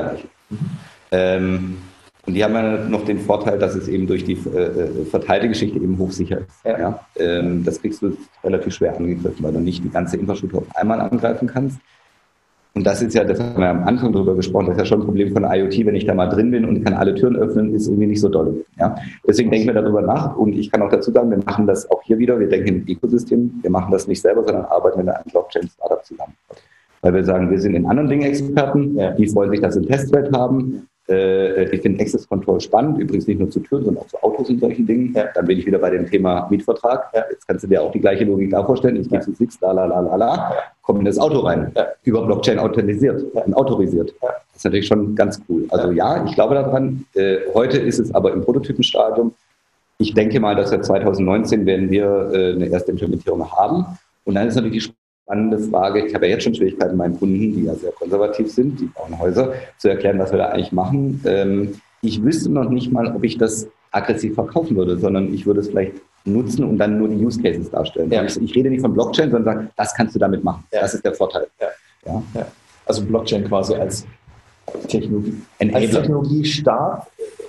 erreichen. Und die haben ja noch den Vorteil, dass es eben durch die verteilte Geschichte eben hochsicher ist. Ja. Das kriegst du relativ schwer angegriffen, weil du nicht die ganze Infrastruktur auf einmal angreifen kannst. Und das ist ja, das haben wir am Anfang darüber gesprochen, das ist ja schon ein Problem von der IoT, wenn ich da mal drin bin und kann alle Türen öffnen, ist irgendwie nicht so doll. Ja. Deswegen denken wir darüber nach und ich kann auch dazu sagen, wir machen das auch hier wieder, wir denken im Ökosystem, wir machen das nicht selber, sondern arbeiten mit einem Blockchain-Startup zusammen. Weil wir sagen, wir sind in anderen Dingen Experten, die freuen sich, dass sie ein Testfeld haben. Ich finde Access Control spannend, übrigens nicht nur zu Türen, sondern auch zu Autos und solchen Dingen. Ja. Dann bin ich wieder bei dem Thema Mietvertrag. Ja. Jetzt kannst du dir auch die gleiche Logik da vorstellen. Ich gehe zu Six, komme in das Auto rein, über Blockchain authentisiert und autorisiert. Ja. Das ist natürlich schon ganz cool. Also ja, ich glaube daran. Heute ist es aber im Prototypenstadium. Ich denke mal, dass wir 2019 werden wir eine erste Implementierung haben. Und dann ist natürlich die spannende Frage, ich habe ja jetzt schon Schwierigkeiten, meinen Kunden, die ja sehr konservativ sind, die bauen Häuser, zu erklären, was wir da eigentlich machen. Ich wüsste noch nicht mal, ob ich das aggressiv verkaufen würde, sondern ich würde es vielleicht nutzen und dann nur die Use Cases darstellen. Ja. Ich rede nicht von Blockchain, sondern sage, das kannst du damit machen. Ja. Das ist der Vorteil. Ja. Ja. Ja. Also Blockchain quasi als Technologie, Technologie-Start,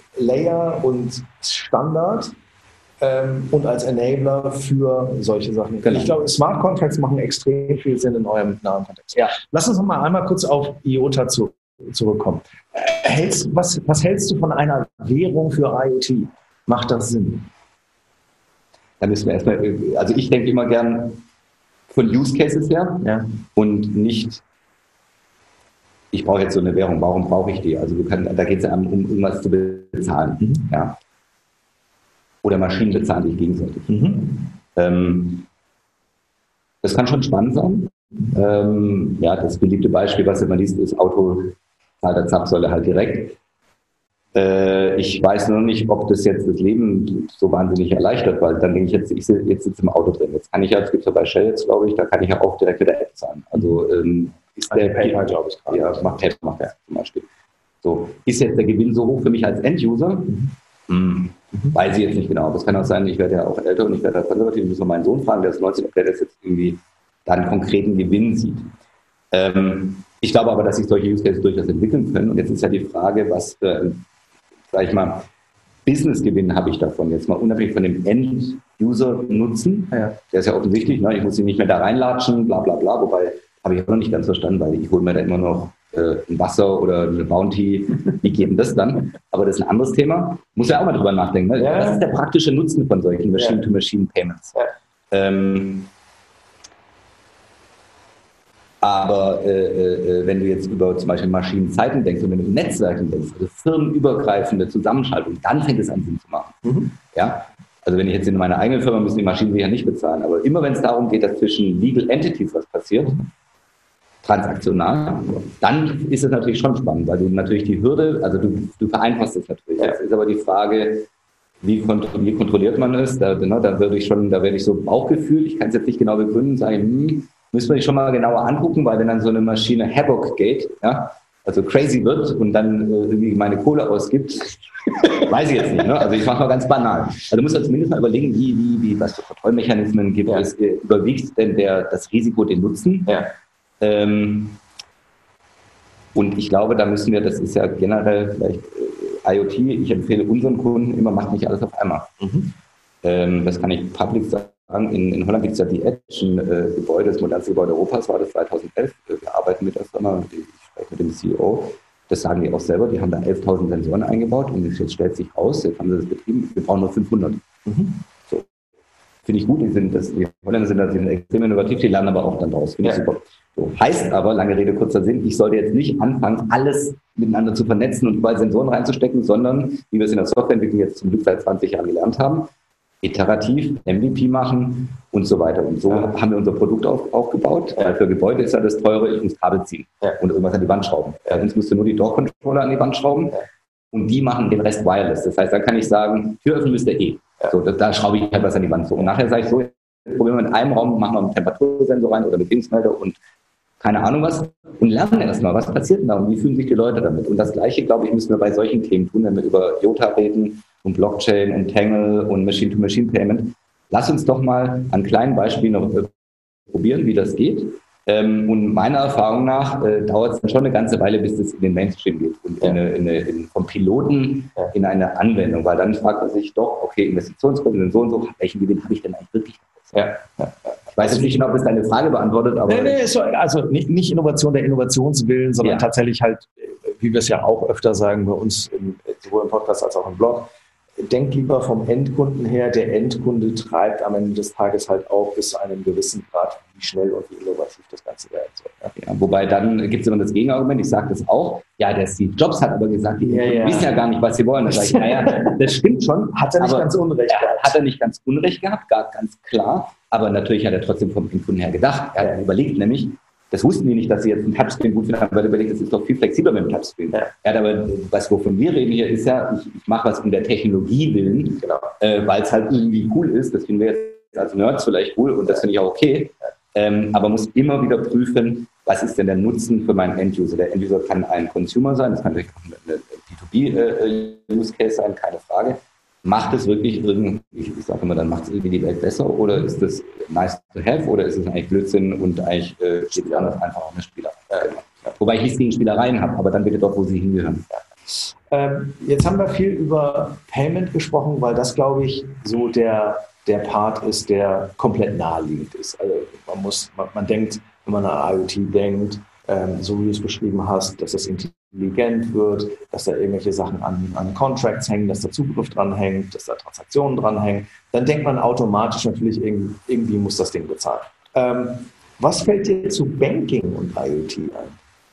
Layer und Standard. Und als Enabler für solche Sachen. Genau. Ich glaube, Smart Contracts machen extrem viel Sinn in eurem nahen Kontext. Ja. Lass uns noch mal einmal kurz auf IOTA zurückkommen. Was hältst du von einer Währung für IoT? Macht das Sinn? Da müssen wir erstmal, also ich denke immer gern von Use Cases her und nicht, ich brauche jetzt so eine Währung, warum brauche ich die? Also da geht es ja um irgendwas zu bezahlen. Mhm. Ja. Oder Maschinen bezahlen sich gegenseitig. Das kann schon spannend sein. Das beliebte Beispiel, was immer liest, ist Auto, zahlt der Zapfsäule halt direkt. Ich weiß nur nicht, ob das jetzt das Leben so wahnsinnig erleichtert, weil dann denke ich jetzt sitze im Auto drin. Jetzt kann ich ja, es gibt ja bei Shell jetzt, glaube ich, da kann ich ja auch direkt mit der App zahlen. Also ist der PayPal, glaube ich, gerade. Ja, macht PayPal zum Beispiel. So, ist jetzt der Gewinn so hoch für mich als End-User? Weiß ich jetzt nicht genau. Das kann auch sein, ich werde ja auch älter und ich werde konservativ. Ich muss mal meinen Sohn fragen, der ist 19, ob der das jetzt irgendwie da einen konkreten Gewinn sieht. Ich glaube aber, dass sich solche Use Cases durchaus entwickeln können. Und jetzt ist ja die Frage, was für, sag ich mal, Business-Gewinn habe ich davon? Jetzt mal unabhängig von dem End-User-Nutzen. Ja. Der ist ja offensichtlich, ne? Ich muss ihn nicht mehr da reinlatschen, bla bla bla. Wobei, habe ich auch noch nicht ganz verstanden, weil ich hole mir da immer noch ein Wasser oder eine Bounty, wie geht denn das dann? Aber das ist ein anderes Thema. Muss ja auch mal drüber nachdenken. Ne? Ja. Das ist der praktische Nutzen von solchen Machine-to-Machine-Payments. Ja. Aber wenn du jetzt über zum Beispiel Maschinenzeiten denkst und wenn du über Netzwerken denkst, also firmenübergreifende Zusammenschaltung, dann fängt es an Sinn zu machen. Mhm. Ja? Also wenn ich jetzt in meiner eigenen Firma müssen die Maschinen sicher nicht bezahlen, aber immer wenn es darum geht, dass zwischen Legal Entities was passiert, transaktional, dann ist es natürlich schon spannend, weil du natürlich die Hürde, also du vereinfachst es natürlich. Jetzt ist aber die Frage, wie kontrolliert man es? Da werde ich so Bauchgefühl, ich kann es jetzt nicht genau begründen, sagen, müssen wir dich schon mal genauer angucken, weil wenn dann so eine Maschine Havoc geht, ja, also crazy wird und dann irgendwie meine Kohle ausgibt, weiß ich jetzt nicht. Ne? Also ich mache mal ganz banal. Also du musst ja zumindest mal überlegen, was für Kontrollmechanismen gibt es, überwiegt denn das Risiko den Nutzen? Ja. Und ich glaube, da müssen wir, das ist ja generell vielleicht IoT, ich empfehle unseren Kunden immer, macht nicht alles auf einmal. Mhm. Das kann ich public sagen. In Holland gibt es ja die Edge, ein Gebäude, das modernste Gebäude Europas, war das 2011. Wir arbeiten mit der Firma, ich spreche mit dem CEO. Das sagen die auch selber, die haben da 11.000 Sensoren eingebaut und jetzt stellt sich raus, jetzt haben sie das betrieben, wir brauchen nur 500. Mhm. So. finde ich gut, die Holländer sind extrem innovativ, die lernen aber auch dann draus, finde ich super. So. Heißt aber, lange Rede, kurzer Sinn, ich sollte jetzt nicht anfangen, alles miteinander zu vernetzen und überall Sensoren reinzustecken, sondern, wie wir es in der Softwareentwicklung jetzt zum Glück seit 20 Jahren gelernt haben, iterativ MVP machen und so weiter. Und so haben wir unser Produkt aufgebaut. Für Gebäude ist ja das teure, ich muss Kabel ziehen und irgendwas an die Wand schrauben. Bei uns musst du nur die Door-Controller an die Wand schrauben und die machen den Rest wireless. Das heißt, dann kann ich sagen, Tür öffnen müsst ihr So, da schraube ich halt was an die Wand. So. Und nachher sage ich so, probieren wir in einem Raum, machen wir einen Temperatursensor rein oder einen Bewegungsmelder und keine Ahnung was und lernen erstmal, was passiert denn da und wie fühlen sich die Leute damit. Und das Gleiche, glaube ich, müssen wir bei solchen Themen tun, wenn wir über IOTA reden und Blockchain und Tangle und Machine-to-Machine-Payment. Lass uns doch mal an kleinen Beispielen noch probieren, wie das geht. Und meiner Erfahrung nach dauert es dann schon eine ganze Weile, bis es in den Mainstream geht und vom Piloten in eine Anwendung, weil dann fragt man sich doch, okay, Investitionskosten so und so, welchen Gewinn habe ich denn eigentlich wirklich? Ich weiß jetzt nicht genau, ob es deine Frage beantwortet, aber... Also nicht Innovation der Innovationswillen, sondern tatsächlich halt, wie wir es ja auch öfter sagen bei uns, sowohl im Podcast als auch im Blog, denkt lieber vom Endkunden her. Der Endkunde treibt am Ende des Tages halt auch bis zu einem gewissen Grad, wie schnell und wie innovativ das Ganze werden soll. Ja, wobei dann gibt es immer das Gegenargument, ich sage das auch, der Steve Jobs hat aber gesagt, die wissen ja gar nicht, was sie wollen. Da sage ich, naja, das stimmt schon. Hat er nicht ganz unrecht gehabt. Hat er nicht ganz unrecht gehabt, ganz klar. Aber natürlich hat er trotzdem vom Endkunden her gedacht. Er hat überlegt nämlich, das wussten die nicht, dass sie jetzt einen Touchscreen gut finden, weil er überlegt, das ist doch viel flexibler mit dem Touchscreen. Er hat aber, wovon wir reden hier, ist ja, ich mache was um der Technologie willen, weil es halt irgendwie cool ist. Das finden wir jetzt als Nerds vielleicht cool und das finde ich auch okay. Aber muss immer wieder prüfen, was ist denn der Nutzen für meinen Enduser. Der Enduser kann ein Consumer sein, das kann natürlich auch eine B2B-Use-Case sein, keine Frage. Macht es wirklich irgendwie, ich sage immer, dann macht es irgendwie die Welt besser oder ist das nice to have oder ist es eigentlich Blödsinn und eigentlich steht es anders einfach auch eine Spielerei. Wobei ich nichts gegen Spielereien habe, aber dann bitte dort, wo sie hingehören. Jetzt haben wir viel über Payment gesprochen, weil das, glaube ich, so der Part ist, der komplett naheliegend ist. Also man denkt, wenn man an IoT denkt, so wie du es beschrieben hast, dass das intelligent wird, dass da irgendwelche Sachen an Contracts hängen, dass da Zugriff dran hängt, dass da Transaktionen dran hängen, dann denkt man automatisch natürlich, irgendwie muss das Ding bezahlen. Was fällt dir zu Banking und IoT ein?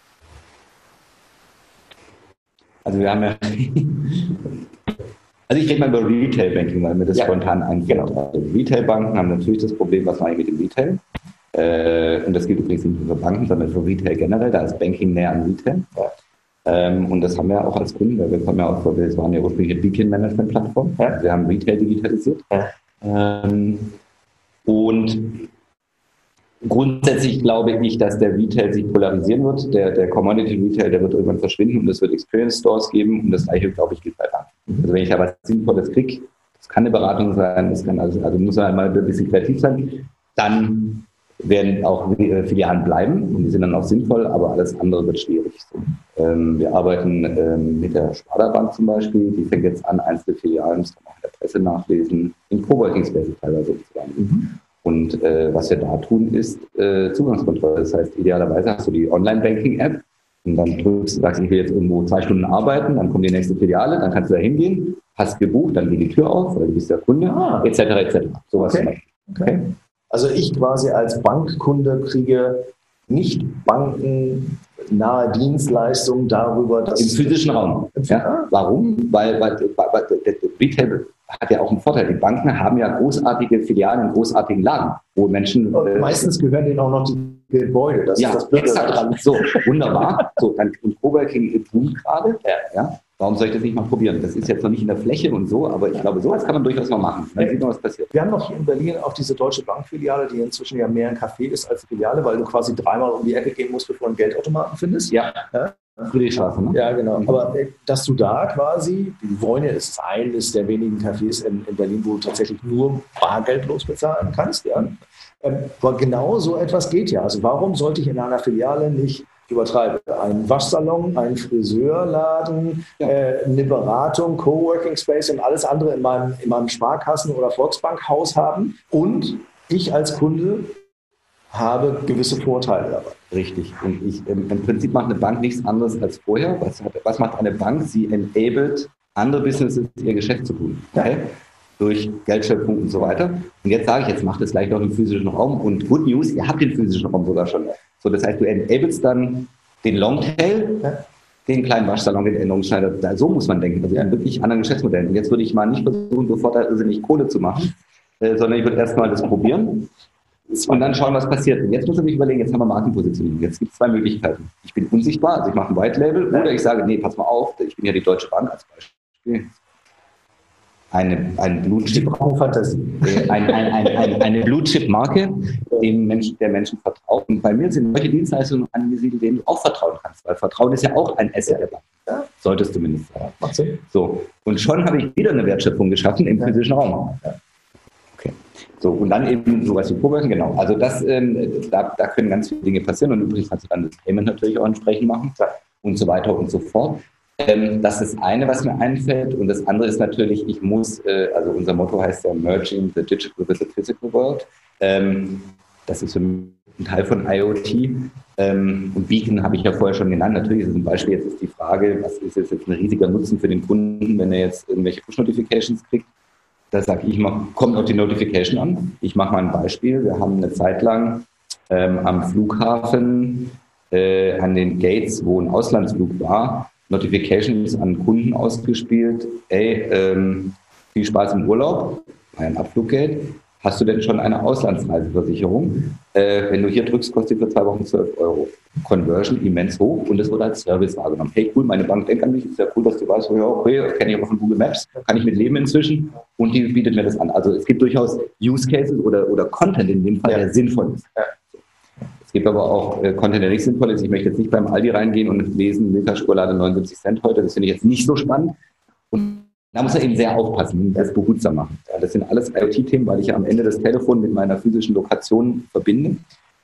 Also wir haben ja... Also ich rede mal über Retail-Banking, weil mir das spontan einfällt. Also Retail-Banken haben natürlich das Problem, was mache ich mit dem Retail? Und das gilt übrigens nicht nur für Banken, sondern für Retail generell. Da ist Banking näher an Retail. Und das haben wir auch als Kunden, weil wir waren ja ursprünglich eine Beacon-Management-Plattform. Wir haben Retail digitalisiert. Und grundsätzlich glaube ich, dass der Retail sich polarisieren wird. Der Commodity-Retail, der wird irgendwann verschwinden und es wird Experience-Stores geben. Und das Gleiche, glaube ich, gilt bei Banken. Also wenn ich da was Sinnvolles kriege, das kann eine Beratung sein, das kann also muss man mal ein bisschen kreativ sein, dann werden auch Filialen bleiben und die sind dann auch sinnvoll, aber alles andere wird schwierig. So. Wir arbeiten mit der Sparda Bank zum Beispiel, die fängt jetzt an, einzelne Filialen, das kann man auch in der Presse nachlesen, in Coworking Spaces teilweise umzuwandeln. Und was wir da tun, ist Zugangskontrolle. Das heißt, idealerweise hast du die Online-Banking-App und dann sagst du, ich will jetzt irgendwo 2 Stunden arbeiten, dann kommt die nächste Filiale, dann kannst du da hingehen, hast gebucht, dann geht die Tür auf, weil du bist der Kunde, etc. Sowas okay. Also ich quasi als Bankkunde kriege nicht bankennahe Dienstleistungen darüber, dass... Im physischen Raum. Ja. Warum? Weil der Retail hat ja auch einen Vorteil. Die Banken haben ja großartige Filialen in großartigen Lagen, wo Menschen... Und meistens gehören denen auch noch die Gebäude. Das ist das Blöde daran. So, wunderbar. So, dann und Coworking tun gerade. Ja. Warum soll ich das nicht mal probieren? Das ist jetzt noch nicht in der Fläche und so, aber ich glaube, sowas kann man durchaus mal machen. Dann sieht man, was passiert. Wir haben noch hier in Berlin auch diese Deutsche Bankfiliale, die inzwischen ja mehr ein Café ist als eine Filiale, weil du quasi 3-mal um die Ecke gehen musst, bevor du einen Geldautomaten findest. Ja. Friedrichstraße, ne? Ja, genau. Aber dass du da quasi, die Woine ist eines der wenigen Cafés in Berlin, wo du tatsächlich nur bargeldlos bezahlen kannst. Ja. Aber genau so etwas geht ja. Also warum sollte ich in einer Filiale nicht übertreibe, einen Waschsalon, einen Friseurladen, eine Beratung, Coworking Space und alles andere in meinem Sparkassen- oder Volksbankhaus haben und ich als Kunde habe gewisse Vorteile dabei. Richtig. Und im Prinzip macht eine Bank nichts anderes als vorher. Was macht eine Bank? Sie enabled andere Businesses, ihr Geschäft zu tun. Okay? durch Geldschöpfung und so weiter. Und jetzt sage ich, jetzt macht es gleich noch im physischen Raum. Und Good News, ihr habt den physischen Raum sogar schon. So, das heißt, du enablest dann den Longtail, den kleinen Waschsalon, den Änderungsschneider. So muss man denken. Also in wirklich anderen Geschäftsmodellen. Und jetzt würde ich mal nicht versuchen, sofort da irrsinnig Kohle zu machen, sondern ich würde erstmal das probieren und dann schauen, was passiert. Und jetzt muss man sich überlegen, jetzt haben wir Markenpositionierung. Jetzt gibt es zwei Möglichkeiten. Ich bin unsichtbar, also ich mache ein White Label, oder ich sage, nee, pass mal auf, ich bin ja die Deutsche Bank als Beispiel. Eine Blue-Chip-Marke, der Menschen vertraut. Und bei mir sind solche Dienstleistungen angesiedelt, denen du auch vertrauen kannst. Weil Vertrauen ist ja auch ein Asset der Bank. Ja? Sollte es zumindest sein. Macht Sinn. So. Und schon habe ich wieder eine Wertschöpfung geschaffen im physischen Raum. Ja. Okay. So, und dann eben sowas wie Coworking, genau. Also das, da können ganz viele Dinge passieren. Und übrigens kannst du dann das Payment natürlich auch entsprechend machen und so weiter und so fort. Das ist eine, was mir einfällt. Und das andere ist natürlich, ich muss, also unser Motto heißt ja Merging the Digital with the Physical World. Das ist für mich ein Teil von IoT. Und Beacon habe ich ja vorher schon genannt. Natürlich ist es ein Beispiel. Jetzt ist die Frage, was ist jetzt ein riesiger Nutzen für den Kunden, wenn er jetzt irgendwelche Push-Notifications kriegt. Da sage ich immer, kommt auf die Notification an. Ich mache mal ein Beispiel. Wir haben eine Zeit lang am Flughafen, an den Gates, wo ein Auslandsflug war, Notifications an Kunden ausgespielt. Viel Spaß im Urlaub, ein Abfluggeld. Hast du denn schon eine Auslandsreiseversicherung? Wenn du hier drückst, kostet die für 2 Wochen 12 Euro. Conversion immens hoch und es wurde als Service wahrgenommen. Hey, cool, meine Bank denkt an mich, ist ja cool, dass du weißt, ja, okay, kenne ich aber von Google Maps, kann ich mit leben inzwischen und die bietet mir das an. Also es gibt durchaus Use Cases oder Content in dem Fall, der sinnvoll ist. Ja. Es gibt aber auch Content, der nicht sinnvoll ist. Ich möchte jetzt nicht beim Aldi reingehen und lesen, Milka-Schokolade 79 Cent heute, das finde ich jetzt nicht so spannend. Und da muss man eben sehr aufpassen und das behutsam machen. Ja, das sind alles IoT-Themen, weil ich ja am Ende das Telefon mit meiner physischen Lokation verbinde.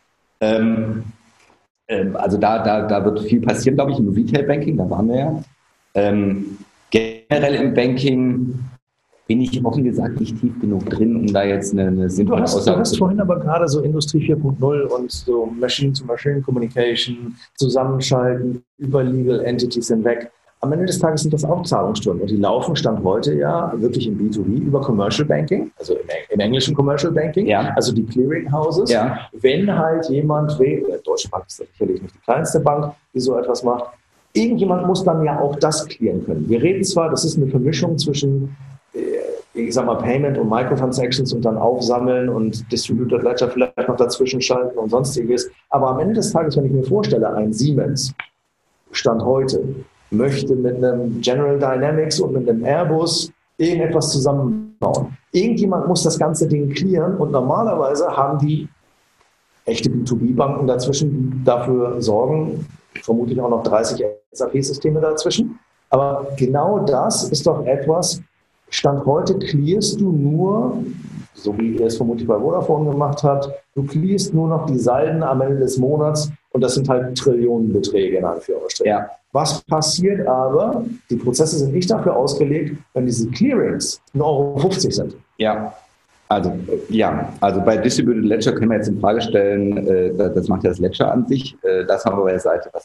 Also da wird viel passieren, glaube ich, im Retail-Banking, da waren wir ja. Generell im Banking bin ich offen gesagt nicht tief genug drin, um da jetzt eine sinnvolle Aussage zu machen. Du hast vorhin aber gerade so Industrie 4.0 und so Machine-to-Machine-Communication, Zusammenschalten über Legal Entities hinweg. Am Ende des Tages sind das auch Zahlungsströme und die laufen Stand heute ja wirklich im B2B über Commercial Banking, also im englischen Commercial Banking, also die Clearinghouses. Ja. Wenn halt jemand will, Deutsche Bank ist sicherlich nicht die kleinste Bank, die so etwas macht, irgendjemand muss dann ja auch das clearen können. Wir reden zwar, das ist eine Vermischung zwischen, ich sag mal, Payment und Microtransactions und dann aufsammeln und Distributed Ledger vielleicht noch dazwischen schalten und sonstiges, aber am Ende des Tages, wenn ich mir vorstelle, ein Siemens, Stand heute, möchte mit einem General Dynamics und mit einem Airbus irgendetwas zusammenbauen. Irgendjemand muss das ganze Ding clearen und normalerweise haben die echte B2B-Banken dazwischen, die dafür sorgen, vermutlich auch noch 30 SAP-Systeme dazwischen. Aber genau das ist doch etwas, Stand heute clearst du nur, so wie ihr es vermutlich bei Vodafone gemacht habt, du clearst nur noch die Salden am Ende des Monats und das sind halt Trillionenbeträge in Anführungsstrichen. Ja. Was passiert aber, die Prozesse sind nicht dafür ausgelegt, wenn diese Clearings 1,50 Euro sind. Ja, also bei Distributed Ledger können wir jetzt in Frage stellen, das macht ja das Ledger an sich, das haben wir bei der Seite, was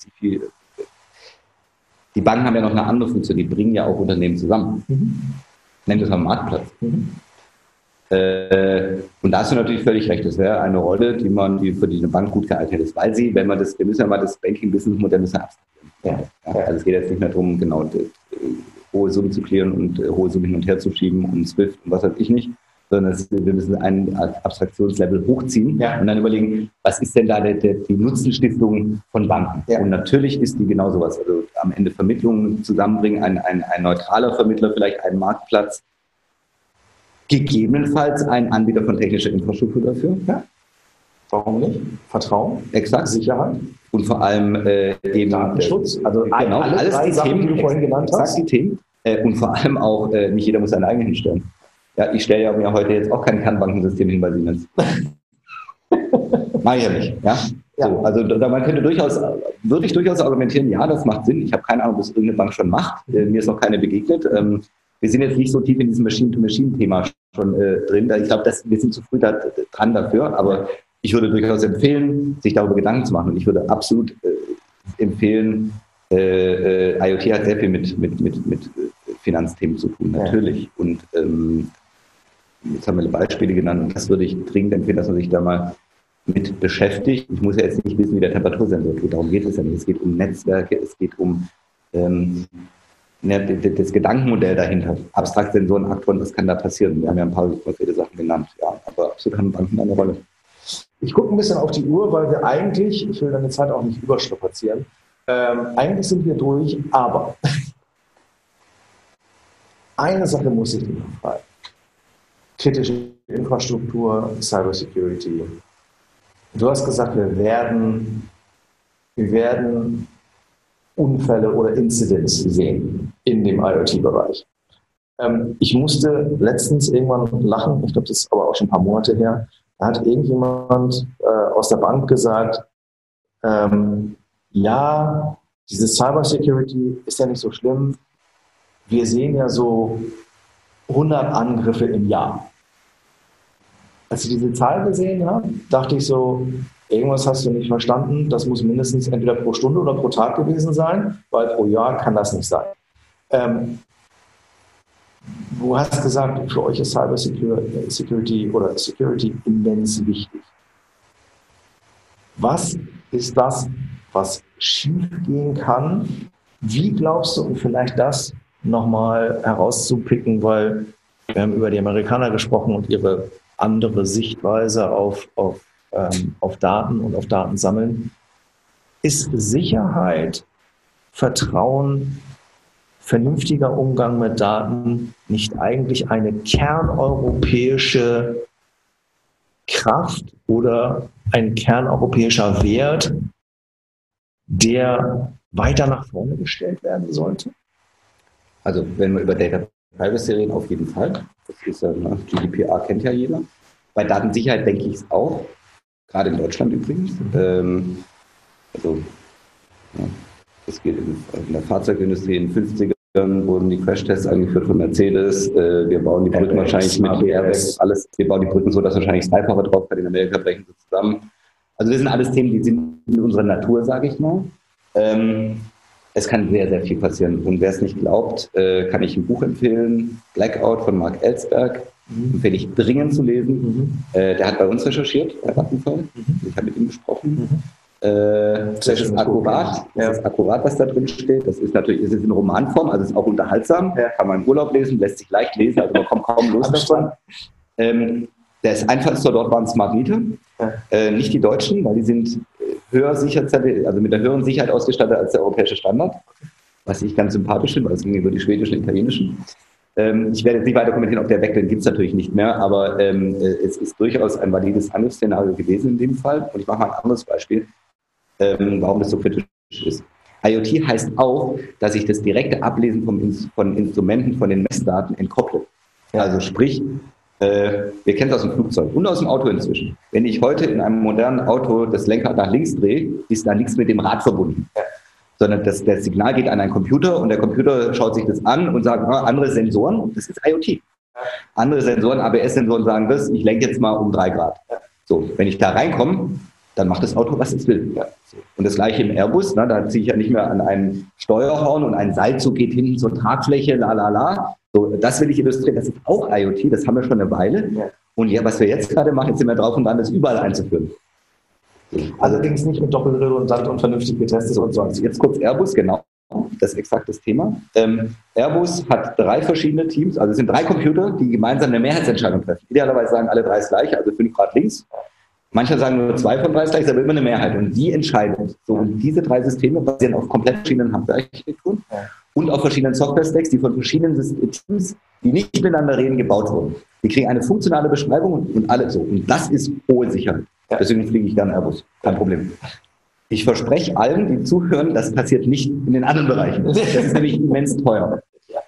die Banken haben ja noch eine andere Funktion, die bringen ja auch Unternehmen zusammen. Nennen das mal Marktplatz. Und da hast du natürlich völlig recht, das wäre eine Rolle, die für die eine Bank gut geeignet ist, weil wir müssen ja mal das Banking-Business-Modell abstrahieren. Ja. Also es geht jetzt nicht mehr darum, genau hohe Summen zu klären und hohe Summen hin und her zu schieben und SWIFT und was weiß ich nicht, sondern wir müssen ein Abstraktionslevel hochziehen und dann überlegen, was ist denn da die Nutzenstiftung von Banken? Ja. Und natürlich ist die genau sowas, also am Ende Vermittlungen zusammenbringen, ein neutraler Vermittler, vielleicht ein Marktplatz, gegebenenfalls ein Anbieter von technischer Infrastruktur dafür. Ja. Warum nicht? Vertrauen, exakt, Sicherheit und vor allem eben Datenschutz. Also genau, alles die Sachen, die du vorhin genannt hast. Die Themen. Und vor allem auch, nicht jeder muss seine eigenen hinstellen. Ja, ich stelle ja mir heute jetzt auch kein Kernbankensystem hin bei Siemens. Mach ich ja nicht. Ja? So, also man könnte würde ich durchaus argumentieren, ja, das macht Sinn. Ich habe keine Ahnung, ob das irgendeine Bank schon macht. Mir ist noch keine begegnet. Wir sind jetzt nicht so tief in diesem Machine-to-Machine-Thema schon drin. Ich glaube, wir sind zu früh dran dafür, aber ich würde durchaus empfehlen, sich darüber Gedanken zu machen. Und ich würde absolut empfehlen, IoT hat sehr viel mit Finanzthemen zu tun, natürlich. Ja. Und Jetzt haben wir Beispiele genannt und das würde ich dringend empfehlen, dass man sich da mal mit beschäftigt. Ich muss ja jetzt nicht wissen, wie der Temperatursensor tut, darum geht es ja nicht. Es geht um Netzwerke, es geht um das Gedankenmodell dahinter. Abstraktsensoren, Aktoren, was kann da passieren? Wir haben ja ein paar konkrete Sachen genannt, ja, aber absolut haben Banken eine Rolle. Ich gucke ein bisschen auf die Uhr, weil wir eigentlich, ich will deine Zeit auch nicht überstrapazieren, eigentlich sind wir durch, aber eine Sache muss ich dir noch fragen. Kritische Infrastruktur, Cybersecurity. Du hast gesagt, wir werden Unfälle oder Incidents sehen in dem IoT-Bereich. Ich musste letztens irgendwann lachen, ich glaube, das ist aber auch schon ein paar Monate her, da hat irgendjemand aus der Bank gesagt, ja, diese Cybersecurity ist ja nicht so schlimm, wir sehen ja so 100 Angriffe im Jahr. Als ich diese Zahl gesehen habe, dachte ich so, irgendwas hast du nicht verstanden, das muss mindestens entweder pro Stunde oder pro Tag gewesen sein, weil pro Jahr kann das nicht sein. Du hast gesagt, für euch ist Cybersecurity oder Security immens wichtig. Was ist das, was schiefgehen kann? Wie glaubst du, und vielleicht das nochmal herauszupicken, weil wir haben über die Amerikaner gesprochen und ihre andere Sichtweise auf Daten und auf Daten sammeln. Ist Sicherheit, Vertrauen, vernünftiger Umgang mit Daten nicht eigentlich eine kerneuropäische Kraft oder ein kerneuropäischer Wert, der weiter nach vorne gestellt werden sollte? Also wenn wir über Data Privacy reden, auf jeden Fall. Das ist ja, GDPR kennt ja jeder. Bei Datensicherheit denke ich es auch. Gerade in Deutschland übrigens. Es geht in der Fahrzeugindustrie in den 50ern wurden die Crashtests eingeführt von Mercedes. Wir bauen die Brücken wahrscheinlich mit Airbags, alles. Wir bauen die Brücken so, dass wahrscheinlich Sniper drauf kann. In Amerika brechen sie zusammen. Also das sind alles Themen, die sind in unserer Natur, sage ich mal. Es kann sehr, sehr viel passieren. Und wer es nicht glaubt, kann ich ein Buch empfehlen. Blackout von Mark Ellsberg. Empfehle ich dringend zu lesen. Der hat bei uns recherchiert, bei Vattenfall. Ich habe mit ihm gesprochen. Das ist akkurat. Das ist akkurat, was da drin steht. Das ist natürlich, es ist in Romanform, also es ist auch unterhaltsam. Kann man im Urlaub lesen, lässt sich leicht lesen, also man kommt kaum los davon. Das Einfallstor dort waren Smart Meter. Nicht die Deutschen, weil die sind höher sicher, also mit einer höheren Sicherheit ausgestattet als der europäische Standard. Was ich ganz sympathisch finde, weil es ging über die schwedischen und italienischen. Ich werde jetzt nicht weiter kommentieren, ob der weg, den gibt es natürlich nicht mehr, aber es ist durchaus ein valides Angriffsszenario gewesen in dem Fall. Und ich mache mal ein anderes Beispiel, warum das so kritisch ist. IoT heißt auch, dass ich das direkte Ablesen von Instrumenten, von den Messdaten entkopple. Also sprich, wir kennen es aus dem Flugzeug und aus dem Auto inzwischen. Wenn ich heute in einem modernen Auto das Lenkrad nach links drehe, ist da nichts mit dem Rad verbunden. Sondern das Signal geht an einen Computer und der Computer schaut sich das an und sagt, andere Sensoren, das ist IoT. Andere Sensoren, ABS-Sensoren sagen das, ich lenke jetzt mal um 3 Grad. So, wenn ich da reinkomme, dann macht das Auto, was es will. So. Und das gleiche im Airbus, da ziehe ich ja nicht mehr an einem Steuerhorn und ein Seilzug geht hinten zur Tragfläche, So, das will ich illustrieren, das ist auch IoT, das haben wir schon eine Weile. Und ja, was wir jetzt gerade machen, jetzt sind wir drauf und dran, das überall einzuführen. Allerdings nicht mit doppelredundant und vernünftig getestet und so. Also jetzt kurz Airbus, genau, das ist exakt das Thema. Airbus hat 3 verschiedene Teams, also es sind 3 Computer, die gemeinsam eine Mehrheitsentscheidung treffen. Idealerweise sagen alle 3 das Gleiche, also 5 Grad links. Manche sagen nur 2 von 3 das Gleiche, aber immer eine Mehrheit. Und die entscheiden. So, und diese 3 Systeme basieren auf komplett verschiedenen Hardware-Architekturen und auf verschiedenen Software-Stacks, die von verschiedenen Teams, die nicht miteinander reden, gebaut wurden. Die kriegen eine funktionale Beschreibung und alle so. Und das ist hohe Sicherheit. Deswegen fliege ich gerne Airbus. Kein Problem. Ich verspreche allen, die zuhören, das passiert nicht in den anderen Bereichen. Das ist nämlich immens teuer.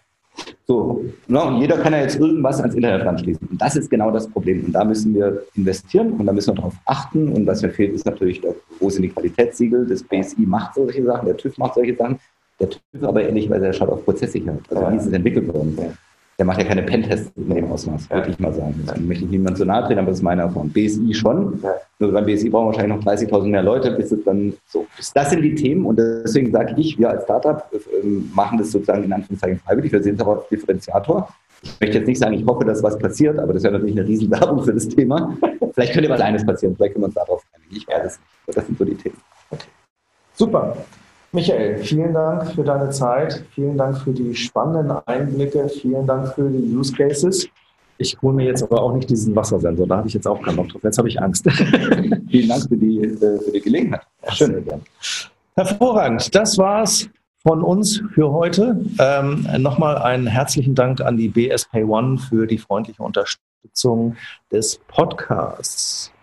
So, und jeder kann ja jetzt irgendwas ans Internet anschließen. Und das ist genau das Problem. Und da müssen wir investieren und da müssen wir darauf achten. Und was mir fehlt, ist natürlich, wo sind die Qualitätssiegel? Das BSI macht solche Sachen, der TÜV macht solche Sachen. Der TÜV aber ehrlicherweise, der schaut auf Prozesssicherheit. Also wie ist es entwickelt worden? Der macht ja keine Pentests in dem Ausmaß, würde ich mal sagen. Das möchte ich niemand so nahe treten, aber das ist meine Erfahrung. BSI schon. Nur beim BSI brauchen wir wahrscheinlich noch 30.000 mehr Leute, bis es dann so ist. Das sind die Themen und deswegen sage ich, wir als Startup machen das sozusagen in Anführungszeichen freiwillig. Wir sehen es aber als Differenziator. Ich möchte jetzt nicht sagen, ich hoffe, dass was passiert, aber das wäre natürlich eine Riesenwerbung für das Thema. Vielleicht könnte was Kleines passieren, vielleicht können wir uns darauf einigen. Ich weiß es nicht. Das sind so die Themen. Okay. Super. Michael, vielen Dank für deine Zeit. Vielen Dank für die spannenden Einblicke. Vielen Dank für die Use Cases. Ich hole mir jetzt aber auch nicht diesen Wassersensor. Da habe ich jetzt auch keinen Bock drauf. Jetzt habe ich Angst. Vielen Dank für die Gelegenheit. Schön. Hervorragend. Das war's von uns für heute. Nochmal einen herzlichen Dank an die BS Pay One für die freundliche Unterstützung des Podcasts.